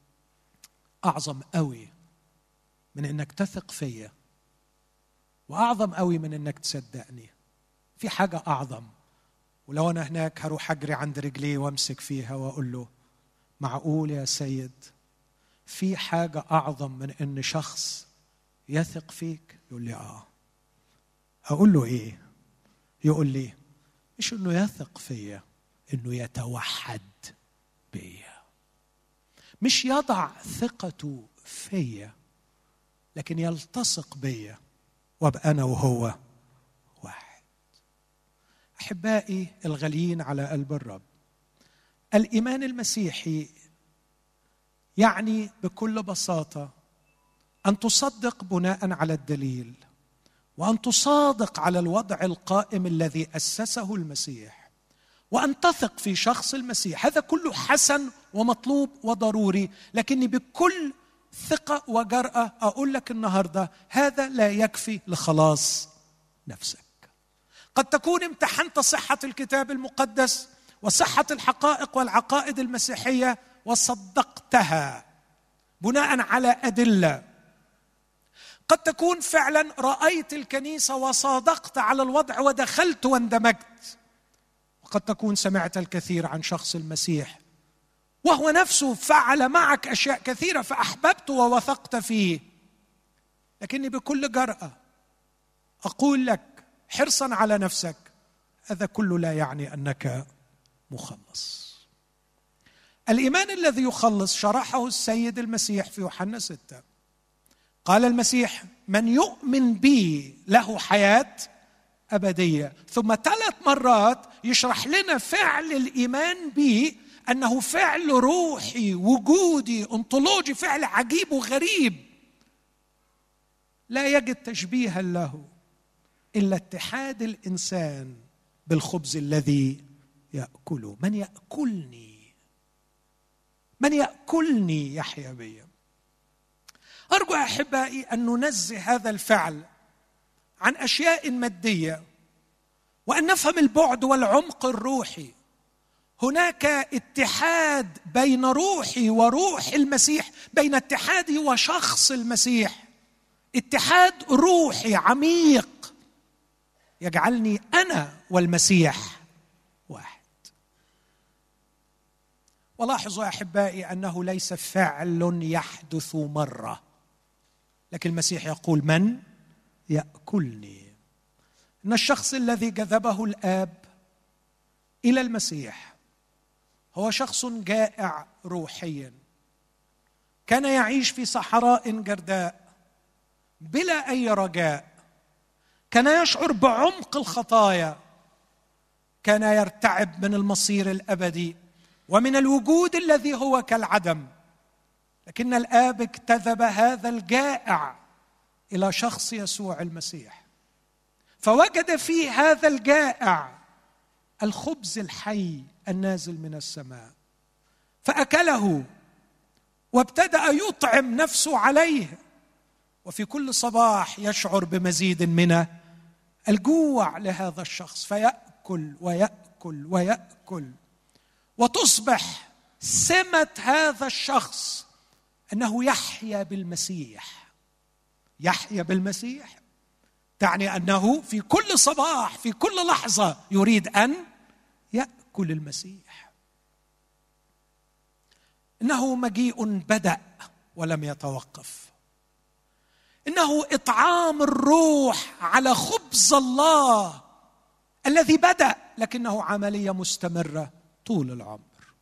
أعظم قوي من أنك تثق فيا، وأعظم قوي من أنك تصدقني. في حاجة أعظم، ولو أنا هناك هروح أجري عند رجليه وامسك فيها وأقول له معقول يا سيد في حاجة أعظم من أن شخص يثق فيك؟ يقول لي آه. أقول له إيه؟ يقول لي مش أنه يثق فيا، أنه يتوحد بيا. مش يضع ثقته فيا، لكن يلتصق بيا وابقى أنا وهو واحد. أحبائي الغاليين على قلب الرب، الإيمان المسيحي يعني بكل بساطة أن تصدق بناء على الدليل، وأن تصادق على الوضع القائم الذي أسسه المسيح، وأن تثق في شخص المسيح. هذا كله حسن ومطلوب وضروري، لكني بكل ثقة وجرأة أقول لك النهاردة هذا لا يكفي لخلاص نفسك. قد تكون امتحنت صحة الكتاب المقدس وصحة الحقائق والعقائد المسيحية وصدقتها بناء على أدلة. قد تكون فعلا رأيت الكنيسة وصادقت على الوضع ودخلت واندمجت. وقد تكون سمعت الكثير عن شخص المسيح وهو نفسه فعل معك أشياء كثيرة فأحببت ووثقت فيه. لكني بكل جرأة أقول لك حرصا على نفسك هذا كله لا يعني أنك مخلص. الإيمان الذي يخلص شرحه السيد المسيح في يوحنا ستة. قال المسيح من يؤمن بي له حياة أبدية. ثم ثلاث مرات يشرح لنا فعل الإيمان بي أنه فعل روحي وجودي أنطولوجي، فعل عجيب وغريب لا يجد تشبيها له إلا اتحاد الإنسان بالخبز الذي يأكله. من يأكلني من يأكلني يحيا بي. أرجو أحبائي أن ننزه هذا الفعل عن أشياء مادية وأن نفهم البعد والعمق الروحي. هناك اتحاد بين روحي وروح المسيح، بين اتحادي وشخص المسيح، اتحاد روحي عميق يجعلني أنا والمسيح واحد. ولاحظوا يا أحبائي أنه ليس فعل يحدث مرة، لكن المسيح يقول من يأكلني. إن الشخص الذي جذبه الآب إلى المسيح هو شخص جائع روحيا، كان يعيش في صحراء جرداء بلا أي رجاء، كان يشعر بعمق الخطايا، كان يرتعب من المصير الأبدي ومن الوجود الذي هو كالعدم. لكن الآب اجتذب هذا الجائع إلى شخص يسوع المسيح، فوجد في هذا الجائع الخبز الحي النازل من السماء، فأكله وابتدأ يطعم نفسه عليه. وفي كل صباح يشعر بمزيد من الجوع لهذا الشخص، فيأكل ويأكل ويأكل، وتصبح سمة هذا الشخص أنه يحيا بالمسيح. يحيا بالمسيح تعني أنه في كل صباح في كل لحظة يريد أن يأكل المسيح. إنه مجيء بدأ ولم يتوقف. إنه إطعام الروح على خبز الله الذي بدأ، لكنه عملية مستمرة طول العمر.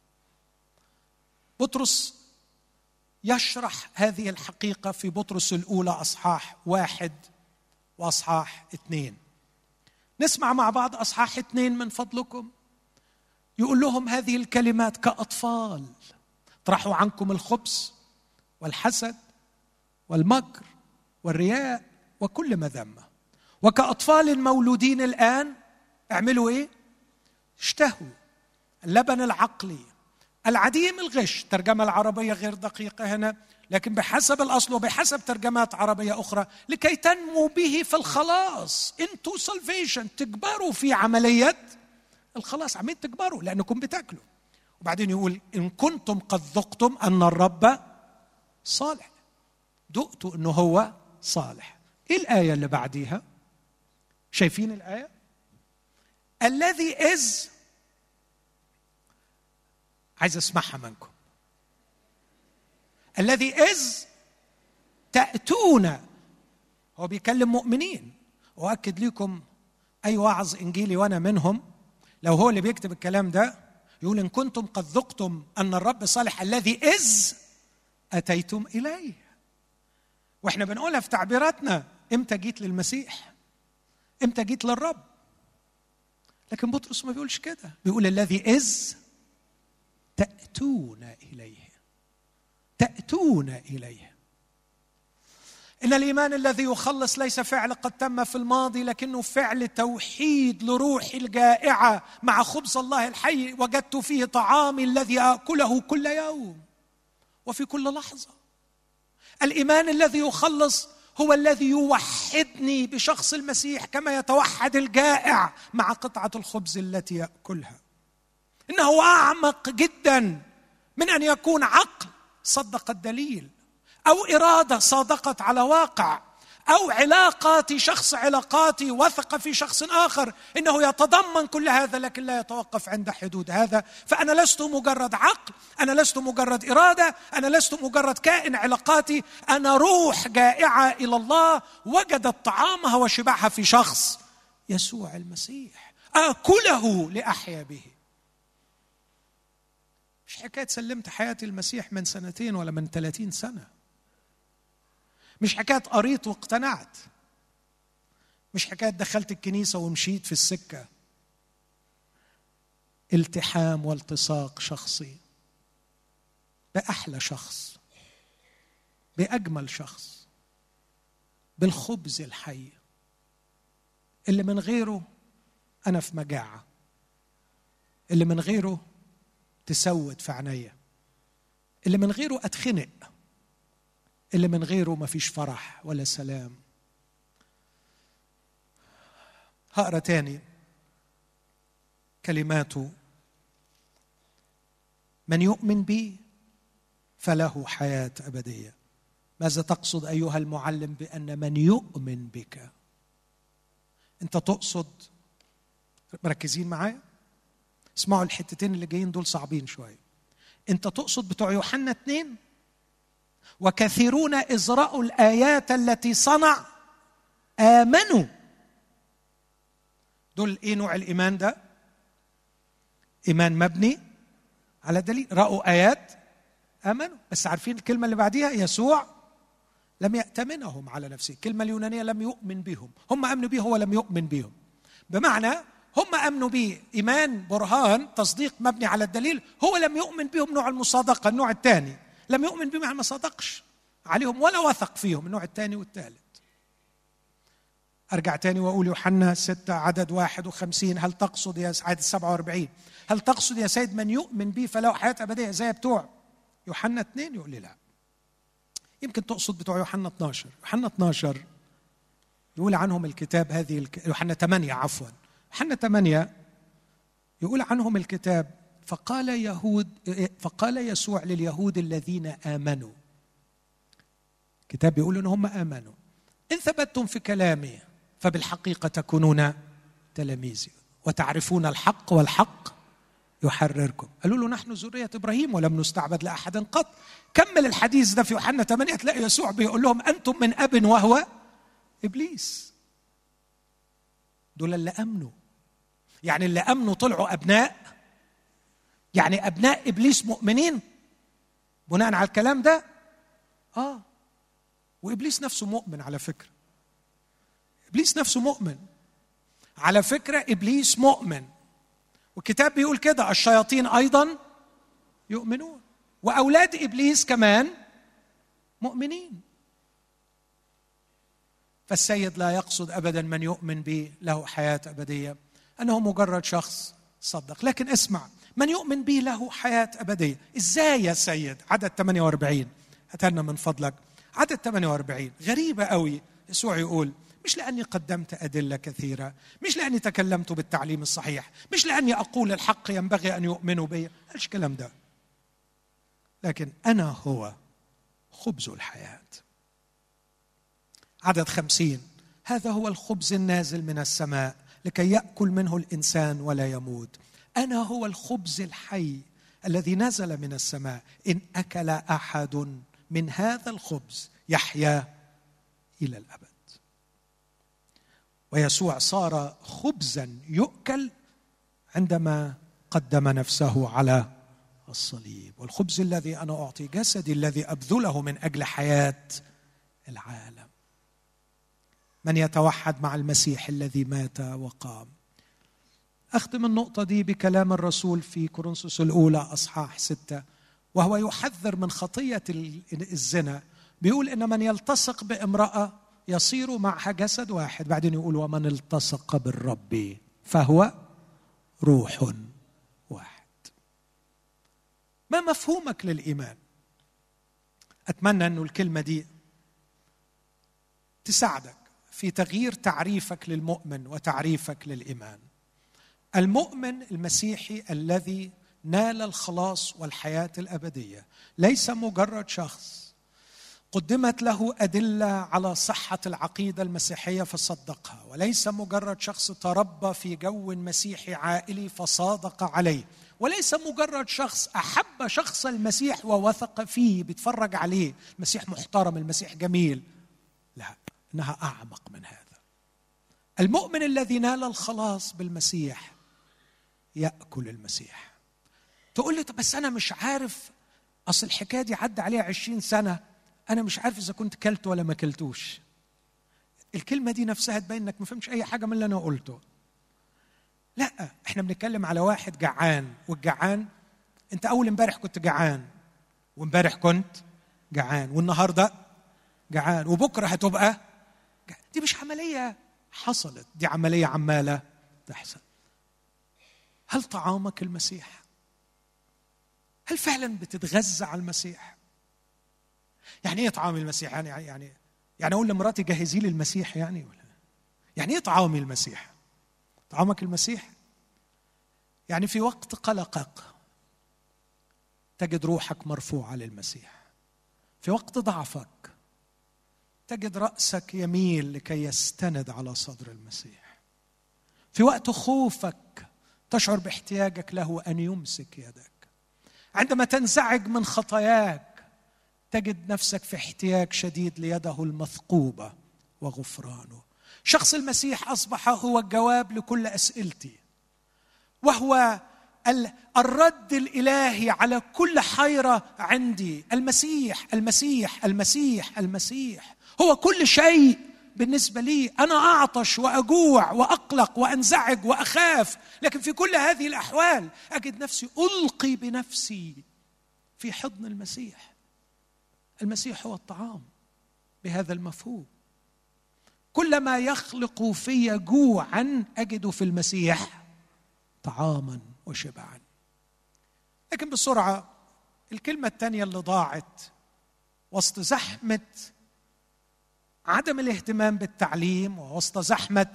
بطرس يشرح هذه الحقيقة في بطرس الأولى أصحاح واحد وأصحاح اثنين. نسمع مع بعض أصحاح اثنين من فضلكم. يقول لهم هذه الكلمات كأطفال: اطرحوا عنكم الخبث والحسد والمكر والرياء وكل مذمة، وكأطفال مولودين الآن اعملوا ايه؟ اشتهوا اللبن العقلي العديم الغش، ترجمة العربية غير دقيقة هنا، لكن بحسب الأصل وبحسب ترجمات عربية أخرى، لكي تنمو به في الخلاص، into salvation، تكبروا في عملية الخلاص، عمين تكبروا لأنكم بتاكلوا. وبعدين يقول إن كنتم قد ذقتم أن الرب صالح، دقتوا أنه هو صالح. إيه الآية اللي بعديها؟ شايفين الآية؟ الذي إذ، عايز أسمعها منكم، الذي إذ تأتون، هو بيكلم مؤمنين. وأكد لكم أي واعظ إنجيلي وأنا منهم، لو هو اللي بيكتب الكلام ده يقول إن كنتم قد ذقتم أن الرب صالح الذي إذ أتيتم إليه. وإحنا بنقولها في تعبيراتنا، إمتى جيت للمسيح؟ إمتى جيت للرب؟ لكن بطرس ما بيقولش كده، بيقول الذي إذ تأتون إليه، تأتون إليه. إن الإيمان الذي يخلص ليس فعل قد تم في الماضي، لكنه فعل توحيد لروحي الجائعة مع خبز الله الحي، وجدت فيه طعامي الذي آكله كل يوم وفي كل لحظة. الإيمان الذي يخلص هو الذي يوحدني بشخص المسيح كما يتوحد الجائع مع قطعة الخبز التي يأكلها. إنه أعمق جدا من أن يكون عقل صدق الدليل، أو إرادة صادقت على واقع، أو علاقاتي شخص علاقاتي وثق في شخص آخر. إنه يتضمن كل هذا لكن لا يتوقف عند حدود هذا. فأنا لست مجرد عقل، أنا لست مجرد إرادة، أنا لست مجرد كائن علاقاتي، أنا روح جائعة إلى الله وجدت طعامها وشبعها في شخص يسوع المسيح، آكله لأحيا به. مش حكاية سلمت حياتي المسيح من سنتين ولا من ثلاثين سنة، مش حكاية قريت واقتنعت، مش حكاية دخلت الكنيسة ومشيت في السكة. التحام والتصاق شخصي بأحلى شخص، بأجمل شخص، بالخبز الحي اللي من غيره أنا في مجاعة، اللي من غيره تسود في عينيا، اللي من غيره أتخنق، اللي من غيره ما فيش فرح ولا سلام. هقرأ تاني كلماته: من يؤمن بي فله حياة أبدية. ماذا تقصد أيها المعلم بأن من يؤمن بك؟ أنت تقصد، مركزين معايا؟ اسمعوا الحتتين اللي جايين دول صعبين شوية. أنت تقصد بتوع يوحنا اتنين وكثيرون إذ رأوا الآيات التي صنع آمنوا. دول إيه نوع الإيمان ده؟ إيمان مبني على دليل، رأوا آيات آمنوا. بس عارفين الكلمة اللي بعديها؟ يسوع لم يأتمنهم على نفسه. الكلمة اليونانية لم يؤمن بهم، هم أمنوا به هو لم يؤمن بهم. بمعنى هم أمنوا به إيمان برهان تصديق مبني على الدليل، هو لم يؤمن بهم نوع المصادقة. النوع الثاني لم يؤمن بهم، ما صدقش عليهم ولا وثق فيهم. النوع الثاني والثالث. أرجع تاني وأقول يوحنا ستة عدد واحد وخمسين: هل تقصد يا عدد سبعة وأربعين هل تقصد يا سيد من يؤمن بي فله حياة أبدية زي بتوع يوحنا اثنين؟ يقول لي لا، يمكن تقصد بتوع يوحنا اثناشر. يوحنا اثناشر يقول عنهم الكتاب هذه الك... يوحنا ثمانية عفوا يوحنا ثمانية يقول عنهم الكتاب: فقال يهود فقال يسوع لليهود الذين آمنوا. الكتاب بيقول إن هم آمنوا: إن ثبتتم في كلامي فبالحقيقة تكونون تلاميذي وتعرفون الحق والحق يحرركم. قالوا له: نحن ذرية إبراهيم ولم نستعبد لأحد قط. كمل الحديث ده في يوحنا ثمانية، تلاقي يسوع بيقول لهم: أنتم من أب وهو إبليس. دول اللي أمنوا، يعني اللي أمنوا طلعوا أبناء، يعني أبناء إبليس مؤمنين بناء على الكلام ده. آه وإبليس نفسه مؤمن على فكرة، إبليس نفسه مؤمن على فكرة، إبليس مؤمن. والكتاب بيقول كده: الشياطين أيضا يؤمنون، وأولاد إبليس كمان مؤمنين. فالسيد لا يقصد أبدا من يؤمن به له حياة أبدية أنه مجرد شخص صدق. لكن اسمع، من يؤمن بي له حياة أبدية. إزاي يا سيد؟ عدد ثمانية وأربعين، هاتنا من فضلك عدد ثمانية وأربعين. غريبة قوي. يسوع يقول: مش لأني قدمت أدلة كثيرة، مش لأني تكلمت بالتعليم الصحيح، مش لأني أقول الحق ينبغي أن يؤمنوا بي، قالش الكلام ده، لكن أنا هو خبز الحياة. عدد خمسين: هذا هو الخبز النازل من السماء لكي يأكل منه الإنسان ولا يموت. أنا هو الخبز الحي الذي نزل من السماء، إن أكل أحد من هذا الخبز يحيا إلى الأبد. ويسوع صار خبزا يؤكل عندما قدم نفسه على الصليب. والخبز الذي أنا أعطي جسدي الذي أبذله من أجل حياة العالم. من يتوحد مع المسيح الذي مات وقام. أختم النقطة دي بكلام الرسول في كورنثوس الأولى أصحاح ستة، وهو يحذر من خطية الزنا. بيقول إن من يلتصق بامرأة يصير معها جسد واحد. بعدين يقول: ومن التصق بالرب فهو روح واحد. ما مفهومك للإيمان؟ أتمنى أن الكلمة دي تساعدك في تغيير تعريفك للمؤمن وتعريفك للإيمان. المؤمن المسيحي الذي نال الخلاص والحياة الأبدية ليس مجرد شخص قدمت له أدلة على صحة العقيدة المسيحية فصدقها، وليس مجرد شخص تربى في جو مسيحي عائلي فصادق عليه، وليس مجرد شخص أحب شخص المسيح ووثق فيه بيتفرج عليه، المسيح محترم، المسيح جميل. لا، إنها أعمق من هذا. المؤمن الذي نال الخلاص بالمسيح يأكل المسيح. تقول لي: طب بس أنا مش عارف، أصل الحكاية دي عدى عليها عشرين سنة، أنا مش عارف إذا كنت كلت ولا ما كلتوش. الكلمة دي نفسها تبين إنك ما فهمتش أي حاجة من اللي أنا قلته. لا، إحنا بنتكلم على واحد جعان، والجعان أنت أول امبارح كنت جعان، وامبارح كنت جعان، والنهاردة جعان، وبكرة هتبقى جعان. دي مش عملية حصلت، دي عملية عمالة تحصل. هل طعامك المسيح؟ هل فعلا بتتغذى على المسيح؟ يعني ايه طعام المسيح؟ يعني يعني يعني اقول لمراتي جهزي لي المسيح يعني ولا يعني ايه طعام المسيح؟ طعامك المسيح يعني في وقت قلقك تجد روحك مرفوعة للمسيح، في وقت ضعفك تجد رأسك يميل لكي يستند على صدر المسيح، في وقت خوفك تشعر باحتياجك له أن يمسك يدك، عندما تنزعج من خطاياك تجد نفسك في احتياج شديد ليده المثقوبة وغفرانه. شخص المسيح أصبح هو الجواب لكل أسئلتي، وهو الرد الإلهي على كل حيرة عندي. المسيح المسيح المسيح المسيح هو كل شيء بالنسبة لي. أنا أعطش وأجوع وأقلق وأنزعج وأخاف، لكن في كل هذه الأحوال أجد نفسي ألقي بنفسي في حضن المسيح. المسيح هو الطعام بهذا المفهوم. كلما يخلق في جوعا أجد في المسيح طعاما وشبعا. لكن بسرعة الكلمة الثانية اللي ضاعت وسط زحمة عدم الاهتمام بالتعليم ووسط زحمة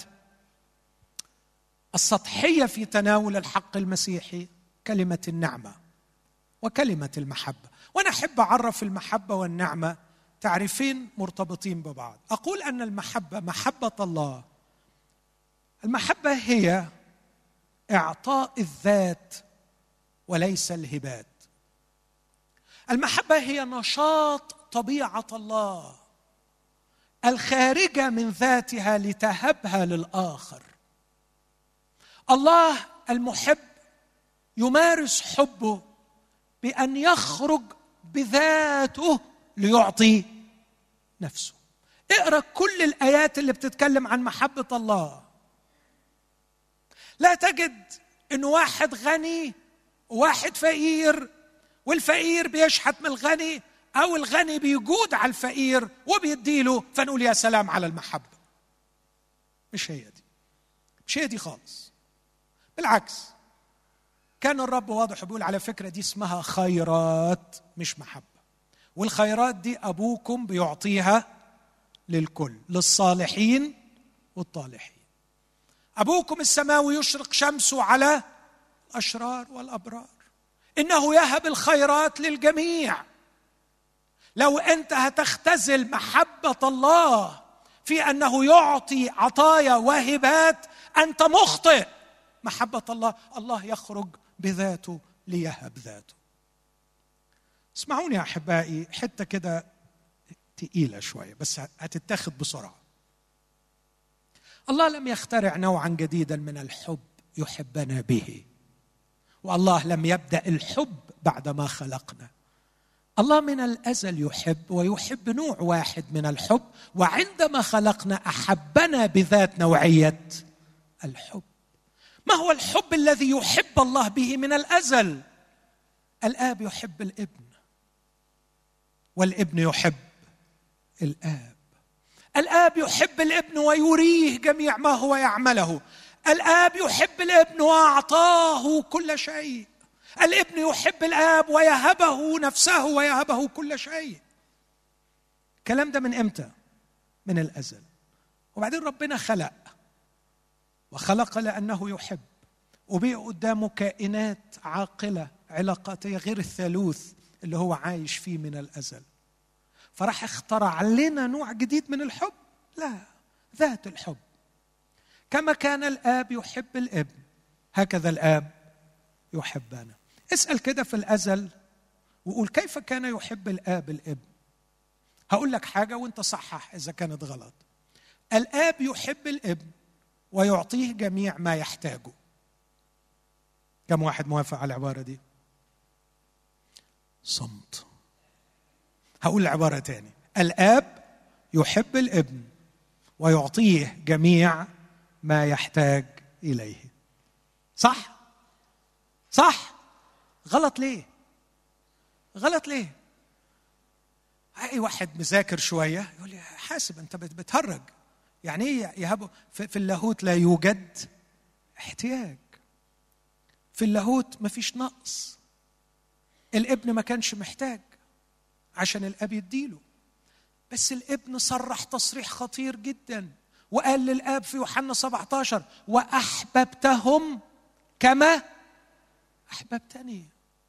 السطحية في تناول الحق المسيحي، كلمة النعمة وكلمة المحبة. وأنا أحب أعرف المحبة والنعمة تعريفين مرتبطين ببعض. أقول أن المحبة محبة الله. المحبة هي إعطاء الذات وليس الهبات. المحبة هي نشاط طبيعة الله الخارجة من ذاتها لتهبها للآخر. الله المحب يمارس حبه بأن يخرج بذاته ليعطي نفسه. اقرأ كل الآيات اللي بتتكلم عن محبة الله، لا تجد إن واحد غني وواحد فقير والفقير بيشحت من الغني، أو الغني بيجود على الفقير وبيديله فنقول يا سلام على المحبة. مش هي دي، مش هي دي خالص. بالعكس، كان الرب واضح بيقول على فكرة دي اسمها خيرات مش محبة، والخيرات دي أبوكم بيعطيها للكل، للصالحين والطالحين. أبوكم السماوي يشرق شمسه على الأشرار والأبرار، إنه يهب الخيرات للجميع. لو أنت هتختزل محبة الله في أنه يعطي عطايا وهبات، أنت مخطئ. محبة الله، الله يخرج بذاته ليهب ذاته. اسمعوني يا أحبائي، حتة كده تقيلة شوية بس هتتاخد بسرعة. الله لم يخترع نوعا جديدا من الحب يحبنا به، والله لم يبدأ الحب بعدما خلقنا. الله من الأزل يحب، ويحب نوع واحد من الحب، وعندما خلقنا أحبنا بذات نوعية الحب. ما هو الحب الذي يحب الله به من الأزل؟ الآب يحب الابن، والابن يحب الآب. الآب يحب الابن ويريه جميع ما هو يعمله. الآب يحب الابن وأعطاه كل شيء. الابن يحب الآب ويهبه نفسه ويهبه كل شيء. الكلام ده من إمتى؟ من الأزل. وبعدين ربنا خلق، وخلق لأنه يحب، وبقى قدامه كائنات عاقلة علاقاتية غير الثالوث اللي هو عايش فيه من الأزل. فراح اخترع لنا نوع جديد من الحب؟ لا، ذات الحب. كما كان الآب يحب الابن، هكذا الآب يحبنا. اسأل كده في الأزل وقول كيف كان يحب الآب الابن؟ هقول لك حاجة وانت صحح إذا كانت غلط. الآب يحب الابن ويعطيه جميع ما يحتاجه. كم واحد موافق على العبارة دي؟ صمت. هقول العبارة تاني. الآب يحب الابن ويعطيه جميع ما يحتاج إليه. صح؟ صح؟ غلط ليه؟ غلط ليه؟ أي واحد مذاكر شوية يقول لي حاسب أنت بتهرج. يعني إيه يهبه؟ في اللاهوت لا يوجد احتياج. في اللاهوت ما فيش نقص. الابن ما كانش محتاج عشان الأب يديله، بس الابن صرح تصريح خطير جدا وقال للآب في يوحنا سبعة عشر: وأحببتهم كما أحببتني.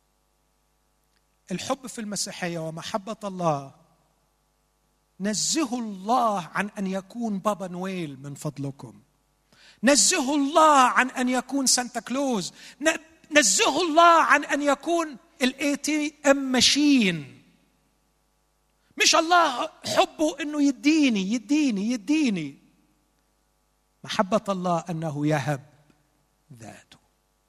الحب في المسيحية ومحبة الله، نزهوا الله عن أن يكون بابا نويل من فضلكم، نزهوا الله عن أن يكون سانتا كلوز، نزهوا الله عن أن يكون الاي تي ام ماشين. مش الله حبه أنه يديني يديني يديني. محبة الله أنه يهب ذاته.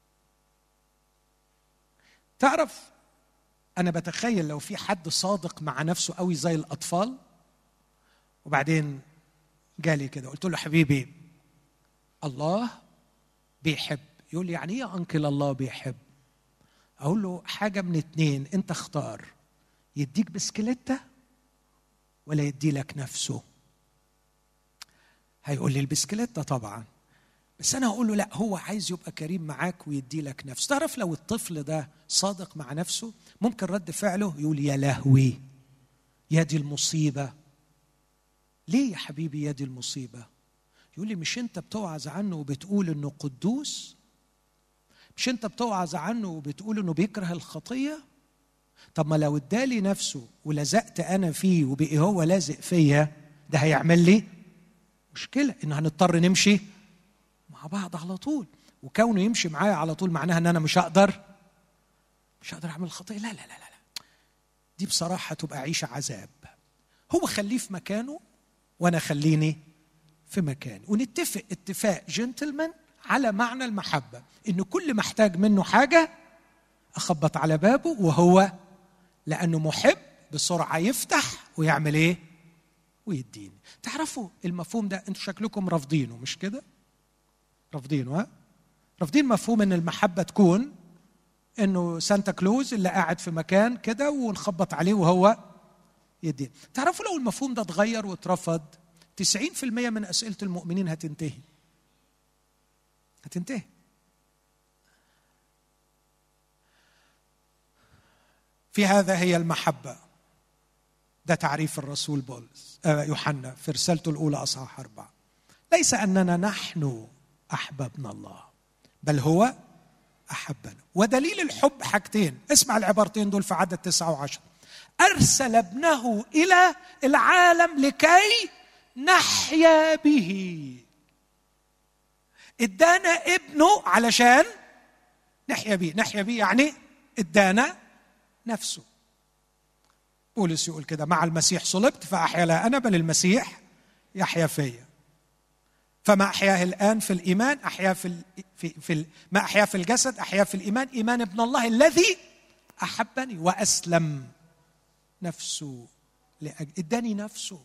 تعرف، أنا بتخيل لو في حد صادق مع نفسه قوي زي الأطفال، وبعدين جالي كده قلت له حبيبي الله بيحب. يقول لي يعني إيه يا أنكل الله بيحب؟ أقول له حاجة من اتنين، أنت اختار، يديك بسكليتة ولا يدي لك نفسه. هيقول لي البسكليتة طبعا، بس أنا أقول له لا، هو عايز يبقى كريم معاك ويدي لك نفسه. تعرف لو الطفل ده صادق مع نفسه ممكن رد فعله يقول يا لهوي يا دي المصيبة. ليه يا حبيبي يا دي المصيبة؟ يقول لي مش أنت بتوعظ عنه وبتقول إنه قدوس؟ مش أنت بتوعظ عنه وبتقول إنه بيكره الخطية؟ طب ما لو ادالي نفسه ولزقت أنا فيه وبقي هو لازق فيا، ده هيعمل لي مشكلة، إن هنضطر نمشي مع بعض على طول. وكونه يمشي معايا على طول معناها ان انا مش هقدر مش هقدر اعمل الخطيه. لا لا لا لا، دي بصراحه تبقى عيشه عذاب. هو خليه في مكانه وانا خليني في مكاني، ونتفق اتفاق جنتلمان على معنى المحبه، ان كل محتاج منه حاجه اخبط على بابه، وهو لانه محب بسرعه يفتح ويعمل ايه؟ ويديني. تعرفوا المفهوم ده انتوا شكلكم رافضينه، مش كده؟ رافضينه. ها؟ رافضين مفهوم ان المحبه تكون انه سانتا كلوز اللي قاعد في مكان كده ونخبط عليه وهو يدين. تعرفوا لو المفهوم ده اتغير واترفض، تسعين في المية من اسئله المؤمنين هتنتهي. هتنتهي. في هذا هي المحبة. ده تعريف الرسول بولس يوحنا في رسالته الأولى أصحاح أربعة. ليس أننا نحن أحببنا الله، بل هو أحبنا. ودليل الحب حاجتين، اسمع العبارتين دول في عدد تسعة وعشرة. أرسل ابنه إلى العالم لكي نحيا به. ادانا ابنه علشان نحيا به. نحيا به يعني ادانا نفسه. بولس يقول كده: مع المسيح صلبت فأحيا لا أنا بل المسيح يحيا فيا. فما أحياه الآن في الإيمان أحيا في ال... في في ال... ما أحيا في الجسد أحيا في الإيمان، إيمان ابن الله الذي أحبني وأسلم نفسه لأجل. اداني نفسه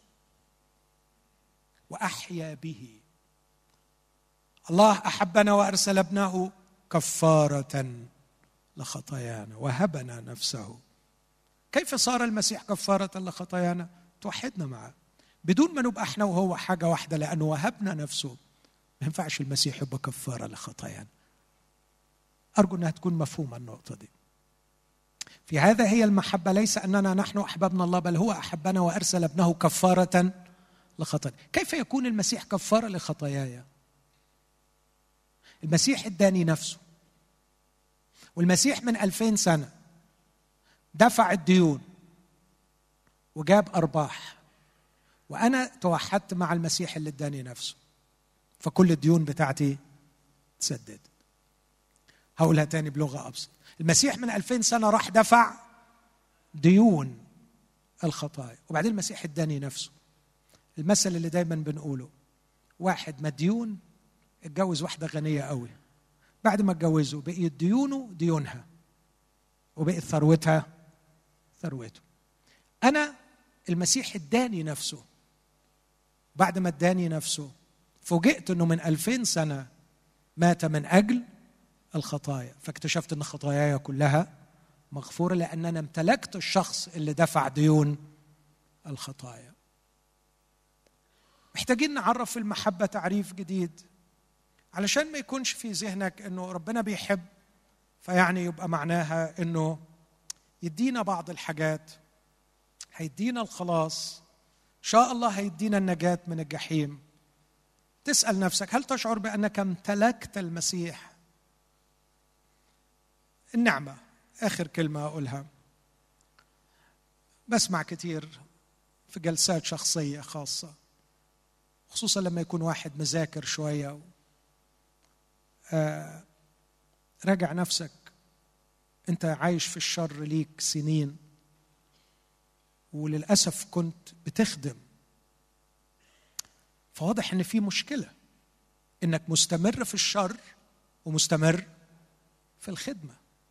وأحيا به. الله أحبنا وأرسل ابنه كفارة لخطايانا وهبنا نفسه. كيف صار المسيح كفارة لخطايانا؟ توحدنا معه بدون ما نبقى احنا وهو حاجة واحدة، لأنه وهبنا نفسه. ما ينفعش المسيح يبقى كفارة لخطايانا. أرجو أنها تكون مفهومة النقطة دي. في هذا هي المحبة، ليس أننا نحن أحببنا الله، بل هو أحبنا وأرسل ابنه كفارة لخطايانا. كيف يكون المسيح كفارة لخطاياي؟ المسيح اداني نفسه، والمسيح من ألفين سنة دفع الديون وجاب أرباح، وأنا توحدت مع المسيح اللي اداني نفسه، فكل الديون بتاعتي تسدد. هقولها تاني بلغة أبسط. المسيح من ألفين سنة راح دفع ديون الخطايا، وبعدين المسيح اداني نفسه. المثل اللي دايما بنقوله: واحد مديون اتجوز واحدة غنية قوي، بعد ما اتجوزوا بقيت ديونه ديونها وبقيت ثروتها ثروته. أنا المسيح اداني نفسه، بعد ما اداني نفسه فوجئت أنه من ألفين سنة مات من أجل الخطايا، فاكتشفت أن خطاياي كلها مغفورة، لأن أنا امتلكت الشخص اللي دفع ديون الخطايا. محتاجين نعرف المحبة تعريف جديد، علشان ما يكونش في ذهنك أنه ربنا بيحب فيعني يبقى معناها أنه يدينا بعض الحاجات، هيدينا الخلاص، إن شاء الله هيدينا النجاة من الجحيم. تسأل نفسك: هل تشعر بأنك امتلكت المسيح؟ النعمة. آخر كلمة أقولها، بسمع كتير في جلسات شخصية خاصة، خصوصا لما يكون واحد مذاكر شوية. آه راجع نفسك، أنت عايش في الشر ليك سنين، وللأسف كنت بتخدم، فواضح أن في مشكلة أنك مستمر في الشر ومستمر في الخدمة.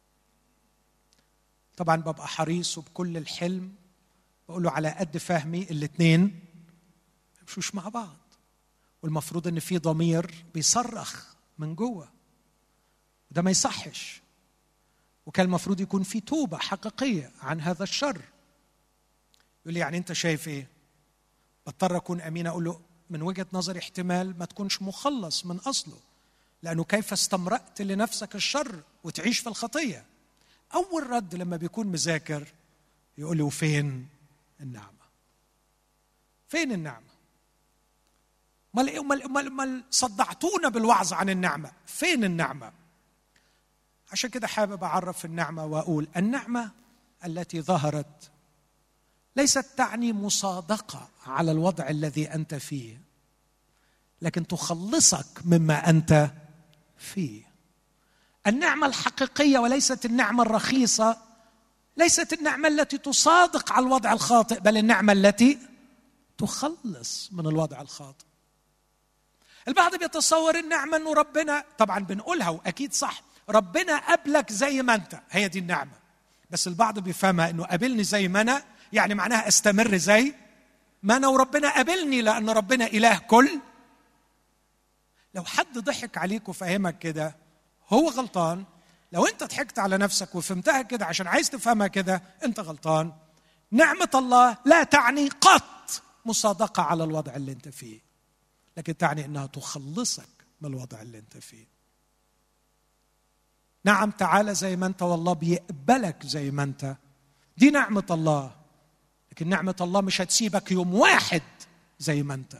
طبعا ببقى حريص وبكل الحلم بقوله على قد فهمي الاتنين مش مع بعض، والمفروض أن في ضمير بيصرخ من جوه، وده ما يصحش. وكان المفروض يكون في توبة حقيقية عن هذا الشر. يقول لي: يعني أنت شايف إيه؟ بضطر أكون أمين أقول له: من وجهة نظري احتمال ما تكونش مخلص من أصله، لأنه كيف استمرأت لنفسك الشر وتعيش في الخطية؟ أول رد لما بيكون مذاكر يقول لي: وفين النعمة؟ فين النعمة؟ مال مال مال مال صدعتونا بالوعظ عن النعمة، فين النعمة؟ عشان كده حابب أعرف النعمة وأقول: النعمة التي ظهرت ليست تعني مصادقة على الوضع الذي أنت فيه، لكن تخلصك مما أنت فيه. النعمة الحقيقية وليست النعمة الرخيصة، ليست النعمة التي تصادق على الوضع الخاطئ، بل النعمة التي تخلص من الوضع الخاطئ. البعض بيتصور النعمة أنه ربنا، طبعا بنقولها وأكيد صح، ربنا قبلك زي ما أنت، هي دي النعمة. بس البعض بيفهمها أنه قابلني زي ما أنا، يعني معناها أستمر زي ما أنا، وربنا قابلني لأن ربنا إله كل. لو حد ضحك عليك وفهمك كده هو غلطان. لو أنت ضحكت على نفسك وفهمتها كده عشان عايز تفهمها كده أنت غلطان. نعمة الله لا تعني قط مصادقة على الوضع اللي أنت فيه، لكن تعني أنها تخلصك من الوضع اللي أنت فيه. نعم، تعالى زي ما أنت، والله بيقبلك زي ما أنت، دي نعمة الله. لكن نعمة الله مش هتسيبك يوم واحد زي ما انت.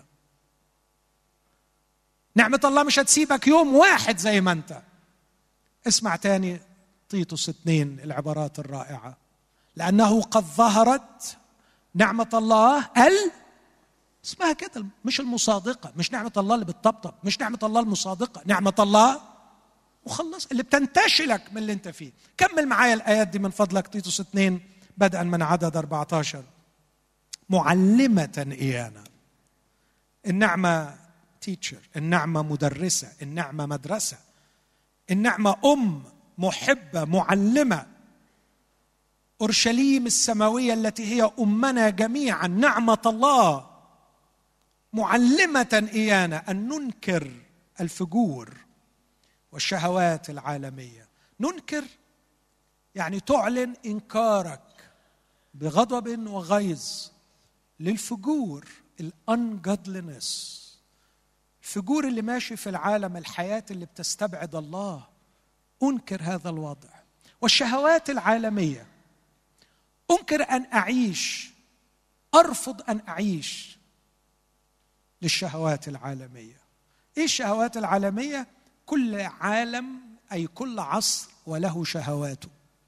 نعمة الله مش هتسيبك يوم واحد زي ما انت. اسمع تاني تيتوس اثنين، العبارات الرائعة. لأنه قد ظهرت نعمة الله ال اسمها كده، مش المصادقة، مش نعمة الله اللي بتطبطب، مش نعمة الله المصادقة، نعمة الله مخلص اللي بتنتشلك من اللي انت فيه. كمل معايا الآيات دي من فضلك، تيتوس اثنين بدءا من عدد أربعة عشر. معلمة إيانا. النعمة تيتشر، النعمة مدرسة، النعمة مدرسة، النعمة أم محبة معلمة. أورشليم السماوية التي هي أمنا جميعا، نعمة الله معلمة إيانا أن ننكر الفجور والشهوات العالمية. ننكر يعني تعلن إنكارك بغضب وغيظ للفجور، الانجادلينس، الفجور اللي ماشي في العالم، الحياة اللي بتستبعد الله. أنكر هذا الوضع. والشهوات العالمية، أنكر أن أعيش، أرفض أن أعيش للشهوات العالمية. إيه الشهوات العالمية؟ كل عالم أي كل عصر وله شهواته.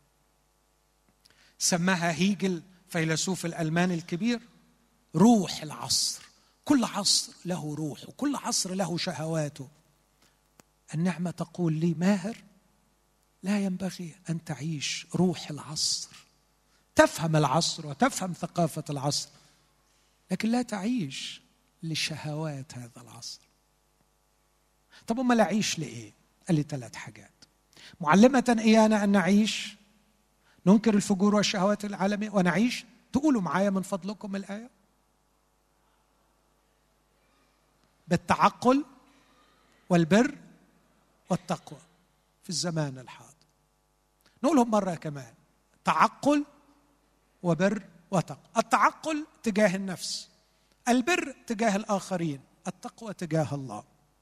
سماها هيجل فيلسوف الألماني الكبير روح العصر. كل عصر له روح وكل عصر له شهواته. النعمة تقول لي ماهر لا ينبغي أن تعيش روح العصر، تفهم العصر وتفهم ثقافة العصر، لكن لا تعيش لشهوات هذا العصر. طب وما لا أعيش لإيه؟ قال لي ثلاث حاجات. معلمة إيانا أن نعيش، ننكر الفجور والشهوات العالمية ونعيش. تقولوا معايا من فضلكم الآية. بالتعقل والبر والتقوى في الزمان الحاضر. نقولهم مرة كمان. تعقل وبر وتقوى. التعقل تجاه النفس، البر تجاه الآخرين، التقوى تجاه الله.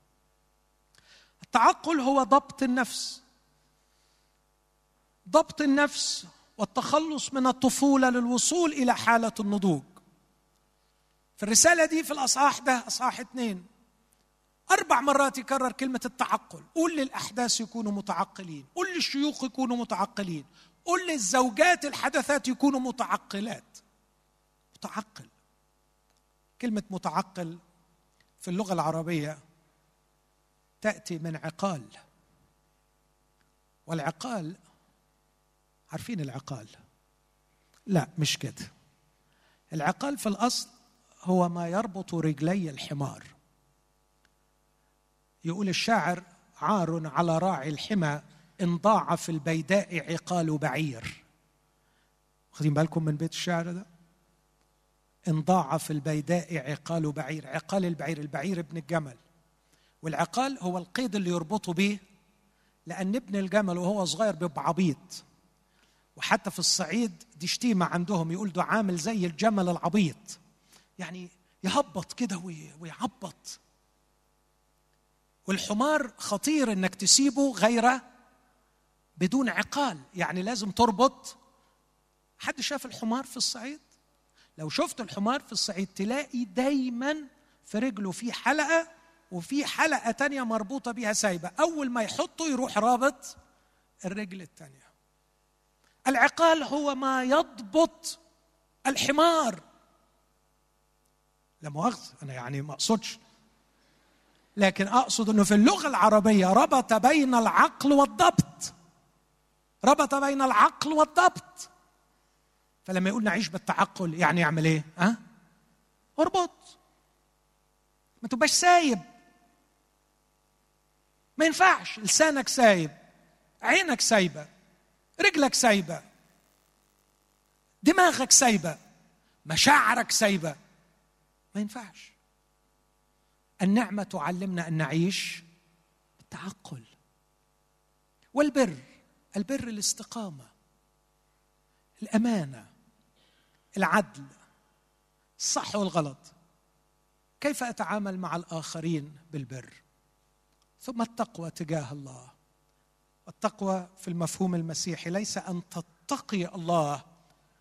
التعقل هو ضبط النفس، ضبط النفس والتخلص من الطفولة للوصول إلى حالة النضوج. في الرسالة دي في الأصحاح ده، أصحاح اثنين، أربع مرات يكرر كلمة التعقل. قول للأحداث يكونوا متعقلين، قول للشيوخ يكونوا متعقلين، قول للزوجات الحدثات يكونوا متعقلات. متعقل. كلمة متعقل في اللغة العربية تأتي من عقال. والعقال، عارفين العقال؟ لا مش كده. العقال في الأصل هو ما يربط رجلي الحمار. يقول الشاعر: عار على راعي الحمى إن ضاع في البيداء عقال بعير. واخدين بالكم من بيت الشعر ده؟ إن ضاع في البيداء عقال بعير. عقال البعير، البعير ابن الجمل، والعقال هو القيد اللي يربطه به، لأن ابن الجمل وهو صغير بيبقى عبيط. وحتى في الصعيد دي شتيمة عندهم، يقول ده عامل زي الجمل العبيط، يعني يهبط كده ويعبط. والحمار خطير انك تسيبه غير بدون عقال، يعني لازم تربط. حد شاف الحمار في الصعيد؟ لو شفت الحمار في الصعيد تلاقي دايما في رجله في حلقة، وفي حلقة تانية مربوطة بها سايبة، أول ما يحطه يروح رابط الرجل التانية. العقال هو ما يضبط الحمار. لا مؤاخذة أنا يعني ما أقصدش، لكن أقصد أنه في اللغة العربية ربط بين العقل والضبط، ربط بين العقل والضبط. فلما يقول نعيش بالتعقل يعني يعمل إيه؟ أه؟ اربط، ما تبقاش سايب. ما ينفعش لسانك سايب، عينك سايبة، رجلك سايبة، دماغك سايبة، مشاعرك سايبة. ما ينفعش. النعمة تعلمنا أن نعيش بالتعقل. والبر، البر الاستقامة، الأمانة، العدل، الصح والغلط. كيف أتعامل مع الآخرين بالبر. ثم التقوى تجاه الله. التقوى في المفهوم المسيحي ليس أن تتقي الله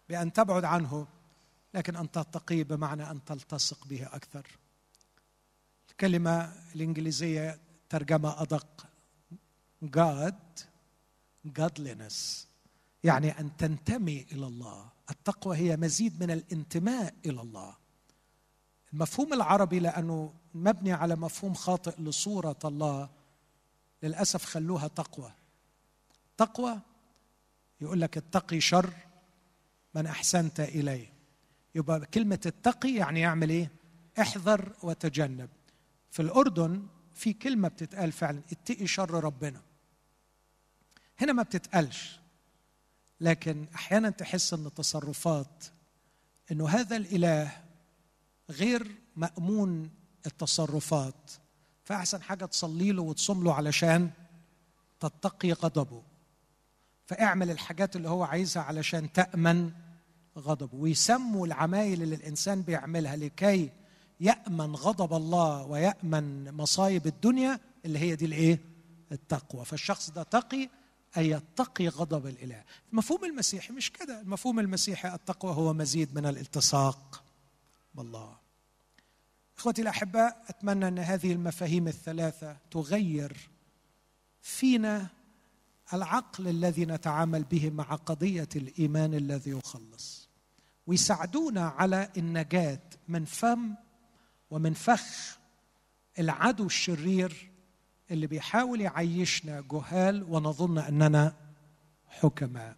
بأن تبعد عنه، لكن أن تتقيه بمعنى أن تلتصق به أكثر. الكلمة الإنجليزية ترجمة أدق God godliness، يعني أن تنتمي إلى الله. التقوى هي مزيد من الانتماء إلى الله. المفهوم العربي لأنه مبني على مفهوم خاطئ لصورة الله، للأسف خلوها تقوى. تقوى يقول لك اتقي شر من أحسنت إليه. يبقى كلمة اتقي يعني يعمل إيه؟ احذر وتجنب. في الأردن في كلمة بتتقال فعلا، اتقي شر ربنا. هنا ما بتتقالش، لكن أحيانا تحس أن تصرفات أنه هذا الإله غير مأمون التصرفات، فأحسن حاجة تصلي له وتصوم له علشان تتقي غضبه، فاعمل الحاجات اللي هو عايزها علشان تأمن غضبه. ويسموا العمايل اللي الإنسان بيعملها لكي يأمن غضب الله ويأمن مصايب الدنيا اللي هي دي الإيه؟ التقوى. فالشخص ده تقي أي يتقي غضب الإله. المفهوم المسيحي مش كده. المفهوم المسيحي التقوى هو مزيد من الالتصاق بالله. إخوتي الأحباء، أتمنى أن هذه المفاهيم الثلاثة تغير فينا العقل الذي نتعامل به مع قضية الإيمان الذي يخلص، ويساعدونا على النجاة من فم ومن فخ العدو الشرير اللي بيحاول يعيشنا جهال ونظن أننا حكماء.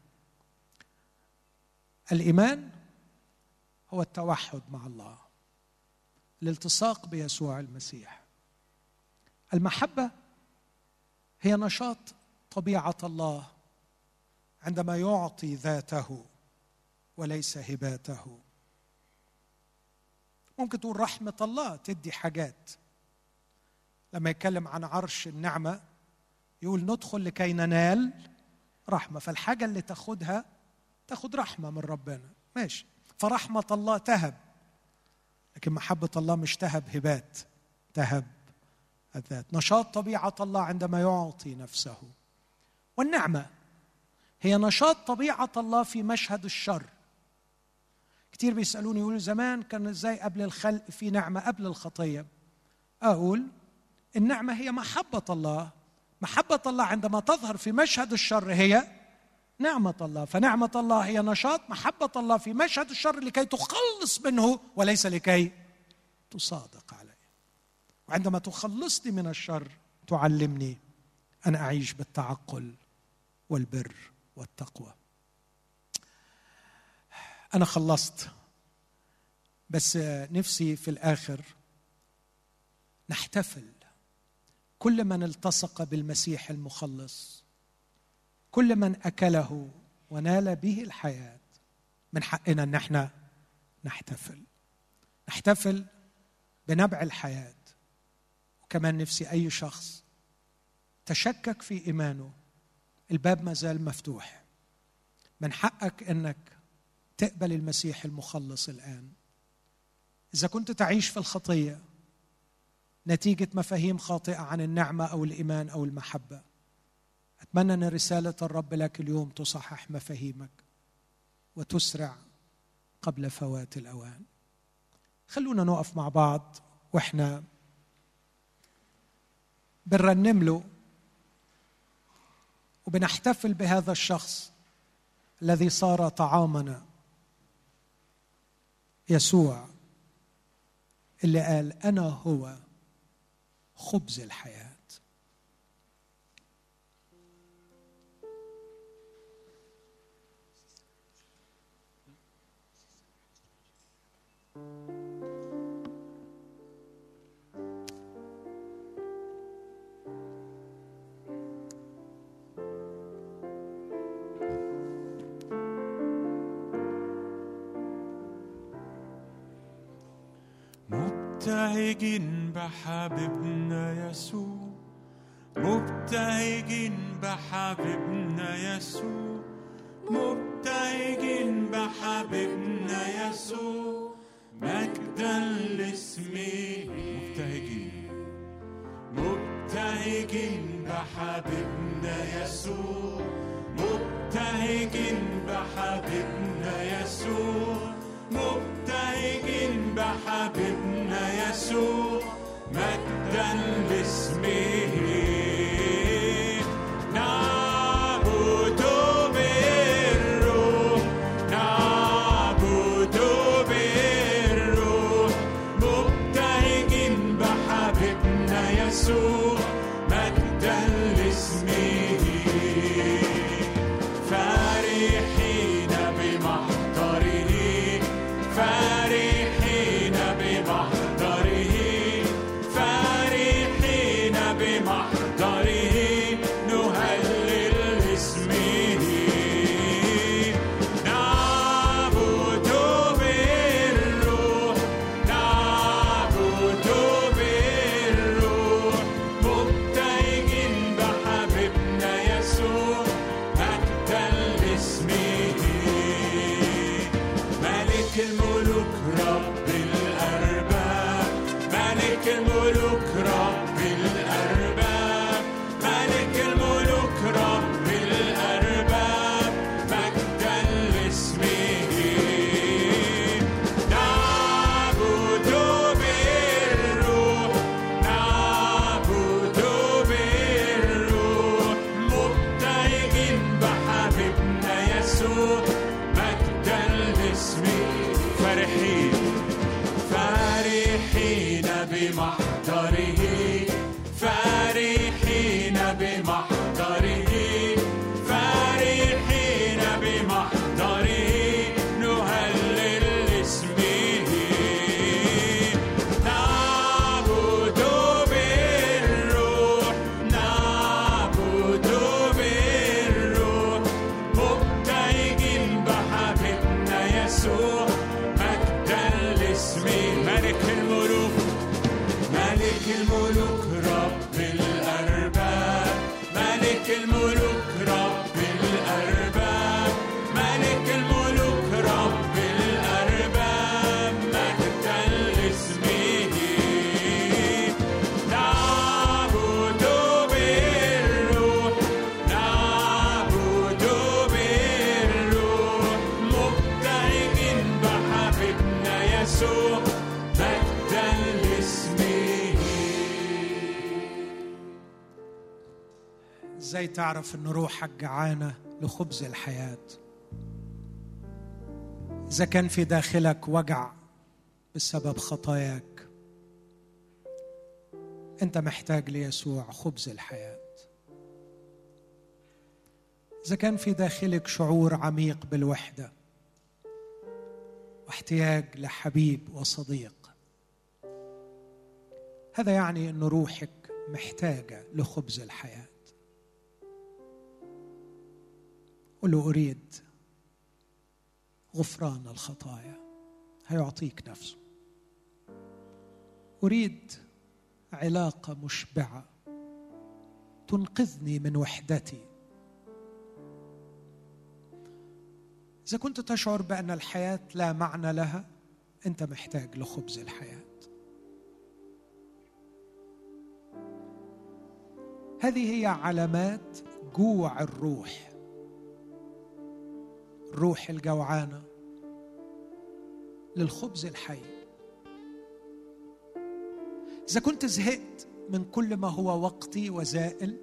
الإيمان هو التوحد مع الله، الالتصاق بيسوع المسيح. المحبة هي نشاط طبيعة الله عندما يعطي ذاته وليس هباته. ممكن تقول رحمة الله تدي حاجات. لما يتكلم عن عرش النعمة يقول ندخل لكي ننال رحمة، فالحاجة اللي تاخدها تاخد رحمة من ربنا، ماشي. فرحمة الله تهب، لكن محبة الله مش تهب هبات، تهب الذات. نشاط طبيعة الله عندما يعطي نفسه. والنعمة هي نشاط طبيعة الله في مشهد الشر. كتير بيسألوني يقولوا زمان كان ازاي قبل الخلق في نعمة قبل الخطية؟ أقول النعمة هي محبة الله. محبة الله عندما تظهر في مشهد الشر هي نعمة الله. فنعمة الله هي نشاط محبة الله في مشهد الشر لكي تخلص منه وليس لكي تصادق عليه. وعندما تخلصني من الشر تعلمني أن أعيش بالتعقل والبر والتقوى. أنا خلصت، بس نفسي في الآخر نحتفل كل من التصق بالمسيح المخلص، كل من أكله ونال به الحياة. من حقنا أن احنا نحتفل نحتفل بنبع الحياة. وكمان نفسي أي شخص تشكك في إيمانه، الباب ما زال مفتوح. من حقك أنك تقبل المسيح المخلص الآن. إذا كنت تعيش في الخطية نتيجة مفاهيم خاطئة عن النعمة أو الإيمان أو المحبة، أتمنى أن رسالة الرب لك اليوم تصحح مفاهيمك وتسرع قبل فوات الأوان. خلونا نقف مع بعض وإحنا بنرنم له وبنحتفل بهذا الشخص الذي صار طعامنا، يسوع اللي قال أنا هو خبز الحياة. مبتهجين بحبيبنا يسوع، مبتهجين بحبيبنا يسوع، مبتهجين بحبيبنا يسوع، مجدا لاسمه. مبتهجين مبتهجين بحبيبنا يسوع، مبتهجين بحبيبنا يسوع، اسمه نعبد بالروح نعبد بالروح مبتهجين بحبيبنا يسوع مجدا لاسمه فرحين بمحضره فرحين بمحضره فرحين بمحضره نهلل اسمه نعبد بالروح نعبد بالروح مبتهجين بحبيبنا يسوع مجدا لاسمه ملك الملوك رب الأرباب ملك الملوك رب الأرباب ملك الملوك رب الأرباب مجدا لاسمه نعبد بالروح نعبد بالروح مبتهجين بحبيبنا يسوع مجدا لاسمه فرحين فرحين بمحضره فرحين بمحضره فرحين بمحضره نهلل اسمه نعبد بالروح نعبد بالروح مبتهجين بحبيبنا يسوع مجدا لاسمه ملك الملوك ملك الملوك رب الأرباب ملك الملوك رب الأرباب ملك الملوك رب الأرباب مجدا لاسمه نعبد بالروح نعبد بالروح مبتهجين بحبيبنا يسوع مجدا لاسمه ازاي تعرف ان روحك جعانة لخبز الحياة؟ إذا كان في داخلك وجع بسبب خطاياك أنت محتاج ليسوع خبز الحياة. إذا كان في داخلك شعور عميق بالوحدة واحتياج لحبيب وصديق، هذا يعني أن روحك محتاجة لخبز الحياة. قل له أريد غفران الخطايا، هيعطيك نفسه. أريد علاقة مشبعة تنقذني من وحدتي. إذا كنت تشعر بأن الحياة لا معنى لها، أنت محتاج لخبز الحياة. هذه هي علامات جوع الروح، الروح الجوعانة للخبز الحي. إذا كنت زهقت من كل ما هو وقتي وزائل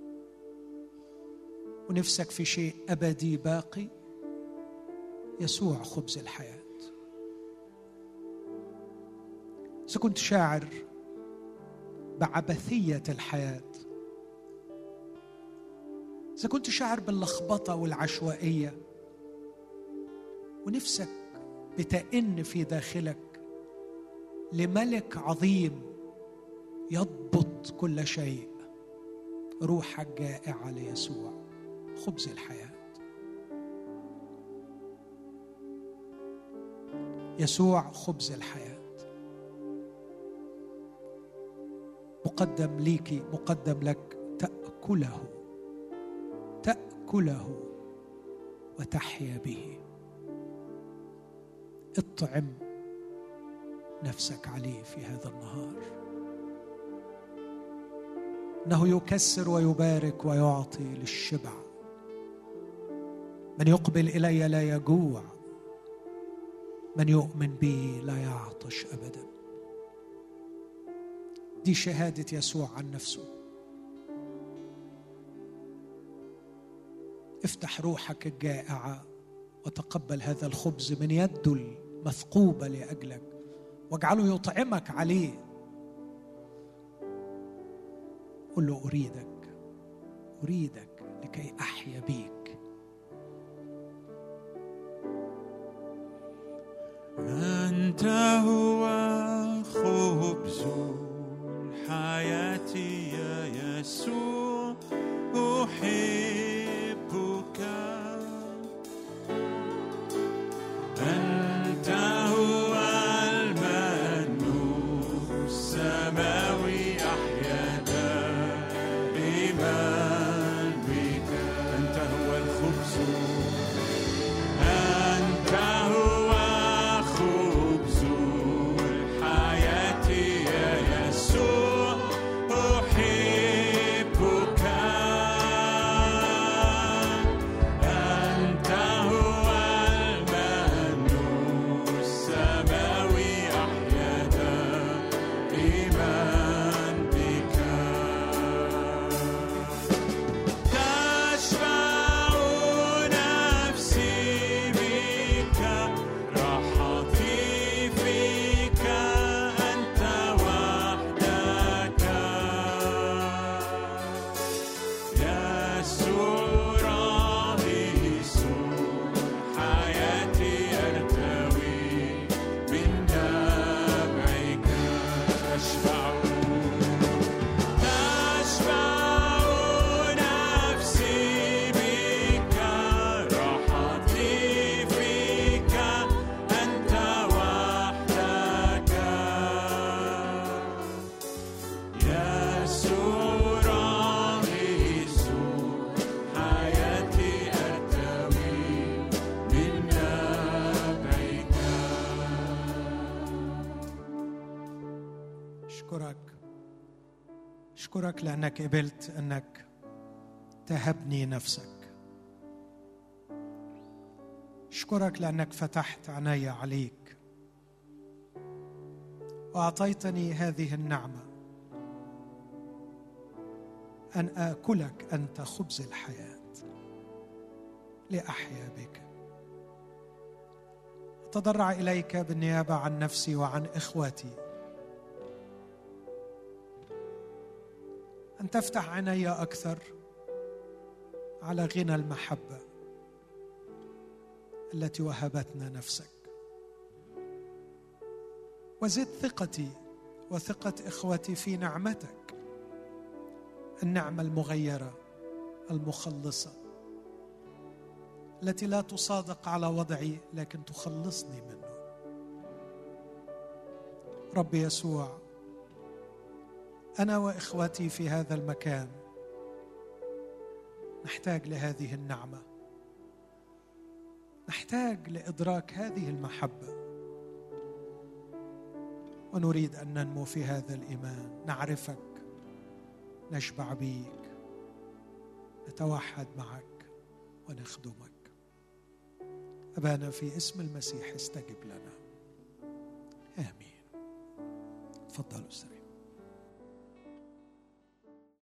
ونفسك في شيء أبدي باقي، يسوع خبز الحياة. إذا كنت شاعر بعبثية الحياة، إذا كنت شاعر باللخبطة والعشوائية ونفسك بتئن في داخلك لملك عظيم يضبط كل شيء، روحك جائعة ليسوع خبز الحياة. يسوع خبز الحياة مقدم ليكي، مقدم لك، تأكله تأكله وتحيا به. اطعم نفسك عليه في هذا النهار، إنه يكسر ويبارك ويعطي للشبع. من يقبل إلي لا يجوع، من يؤمن بي لا يعطش أبدا. دي شهادة يسوع عن نفسه. افتح روحك الجائعة وتقبل هذا الخبز من يده المثقوبة لأجلك، واجعله يطعمك عليه. قل له أريدك أريدك لكي أحيا بيك. أنت هو خبز الحياة يا يسوع، أحبك. أنت هو المن السماوي، أحيا دائما بك. أنت هو الخبز، أنت هو خبز الحياة يا يسوع، أحبك. أنت هو المن السماوي، أحيا دائما بك. تشبع نفسي بك، راحتي فيك، أنت وحدك. يسوع رئيس حياتي، أرتوي من نبعك. تشبع تشبع نفسي بك، راحتي فيك، أنت وحدك. يسوع رئيس حياتي، أرتوي من نبعك. أشكرك أشكرك لأنك قبلت أنك تهبني نفسك. أشكرك لأنك فتحت عيني عليك وأعطيتني هذه النعمة أن آكلك أنت خبز الحياة لأحيا بك. أتضرع إليك بالنيابة عن نفسي وعن إخوتي أن تفتح عيني أكثر على غنى المحبة التي وهبتنا نفسك، وزد ثقتي وثقة إخوتي في نعمتك، النعمة المغيرة المخلصة التي لا تصادق على وضعي لكن تخلصني منه. رب يسوع، أنا وإخوتي في هذا المكان نحتاج لهذه النعمة، نحتاج لإدراك هذه المحبة، ونريد أن ننمو في هذا الإيمان، نعرفك، نشبع بيك، نتوحد معك ونخدمك. أبانا في اسم المسيح استجب لنا، آمين. تفضلوا استريحوا.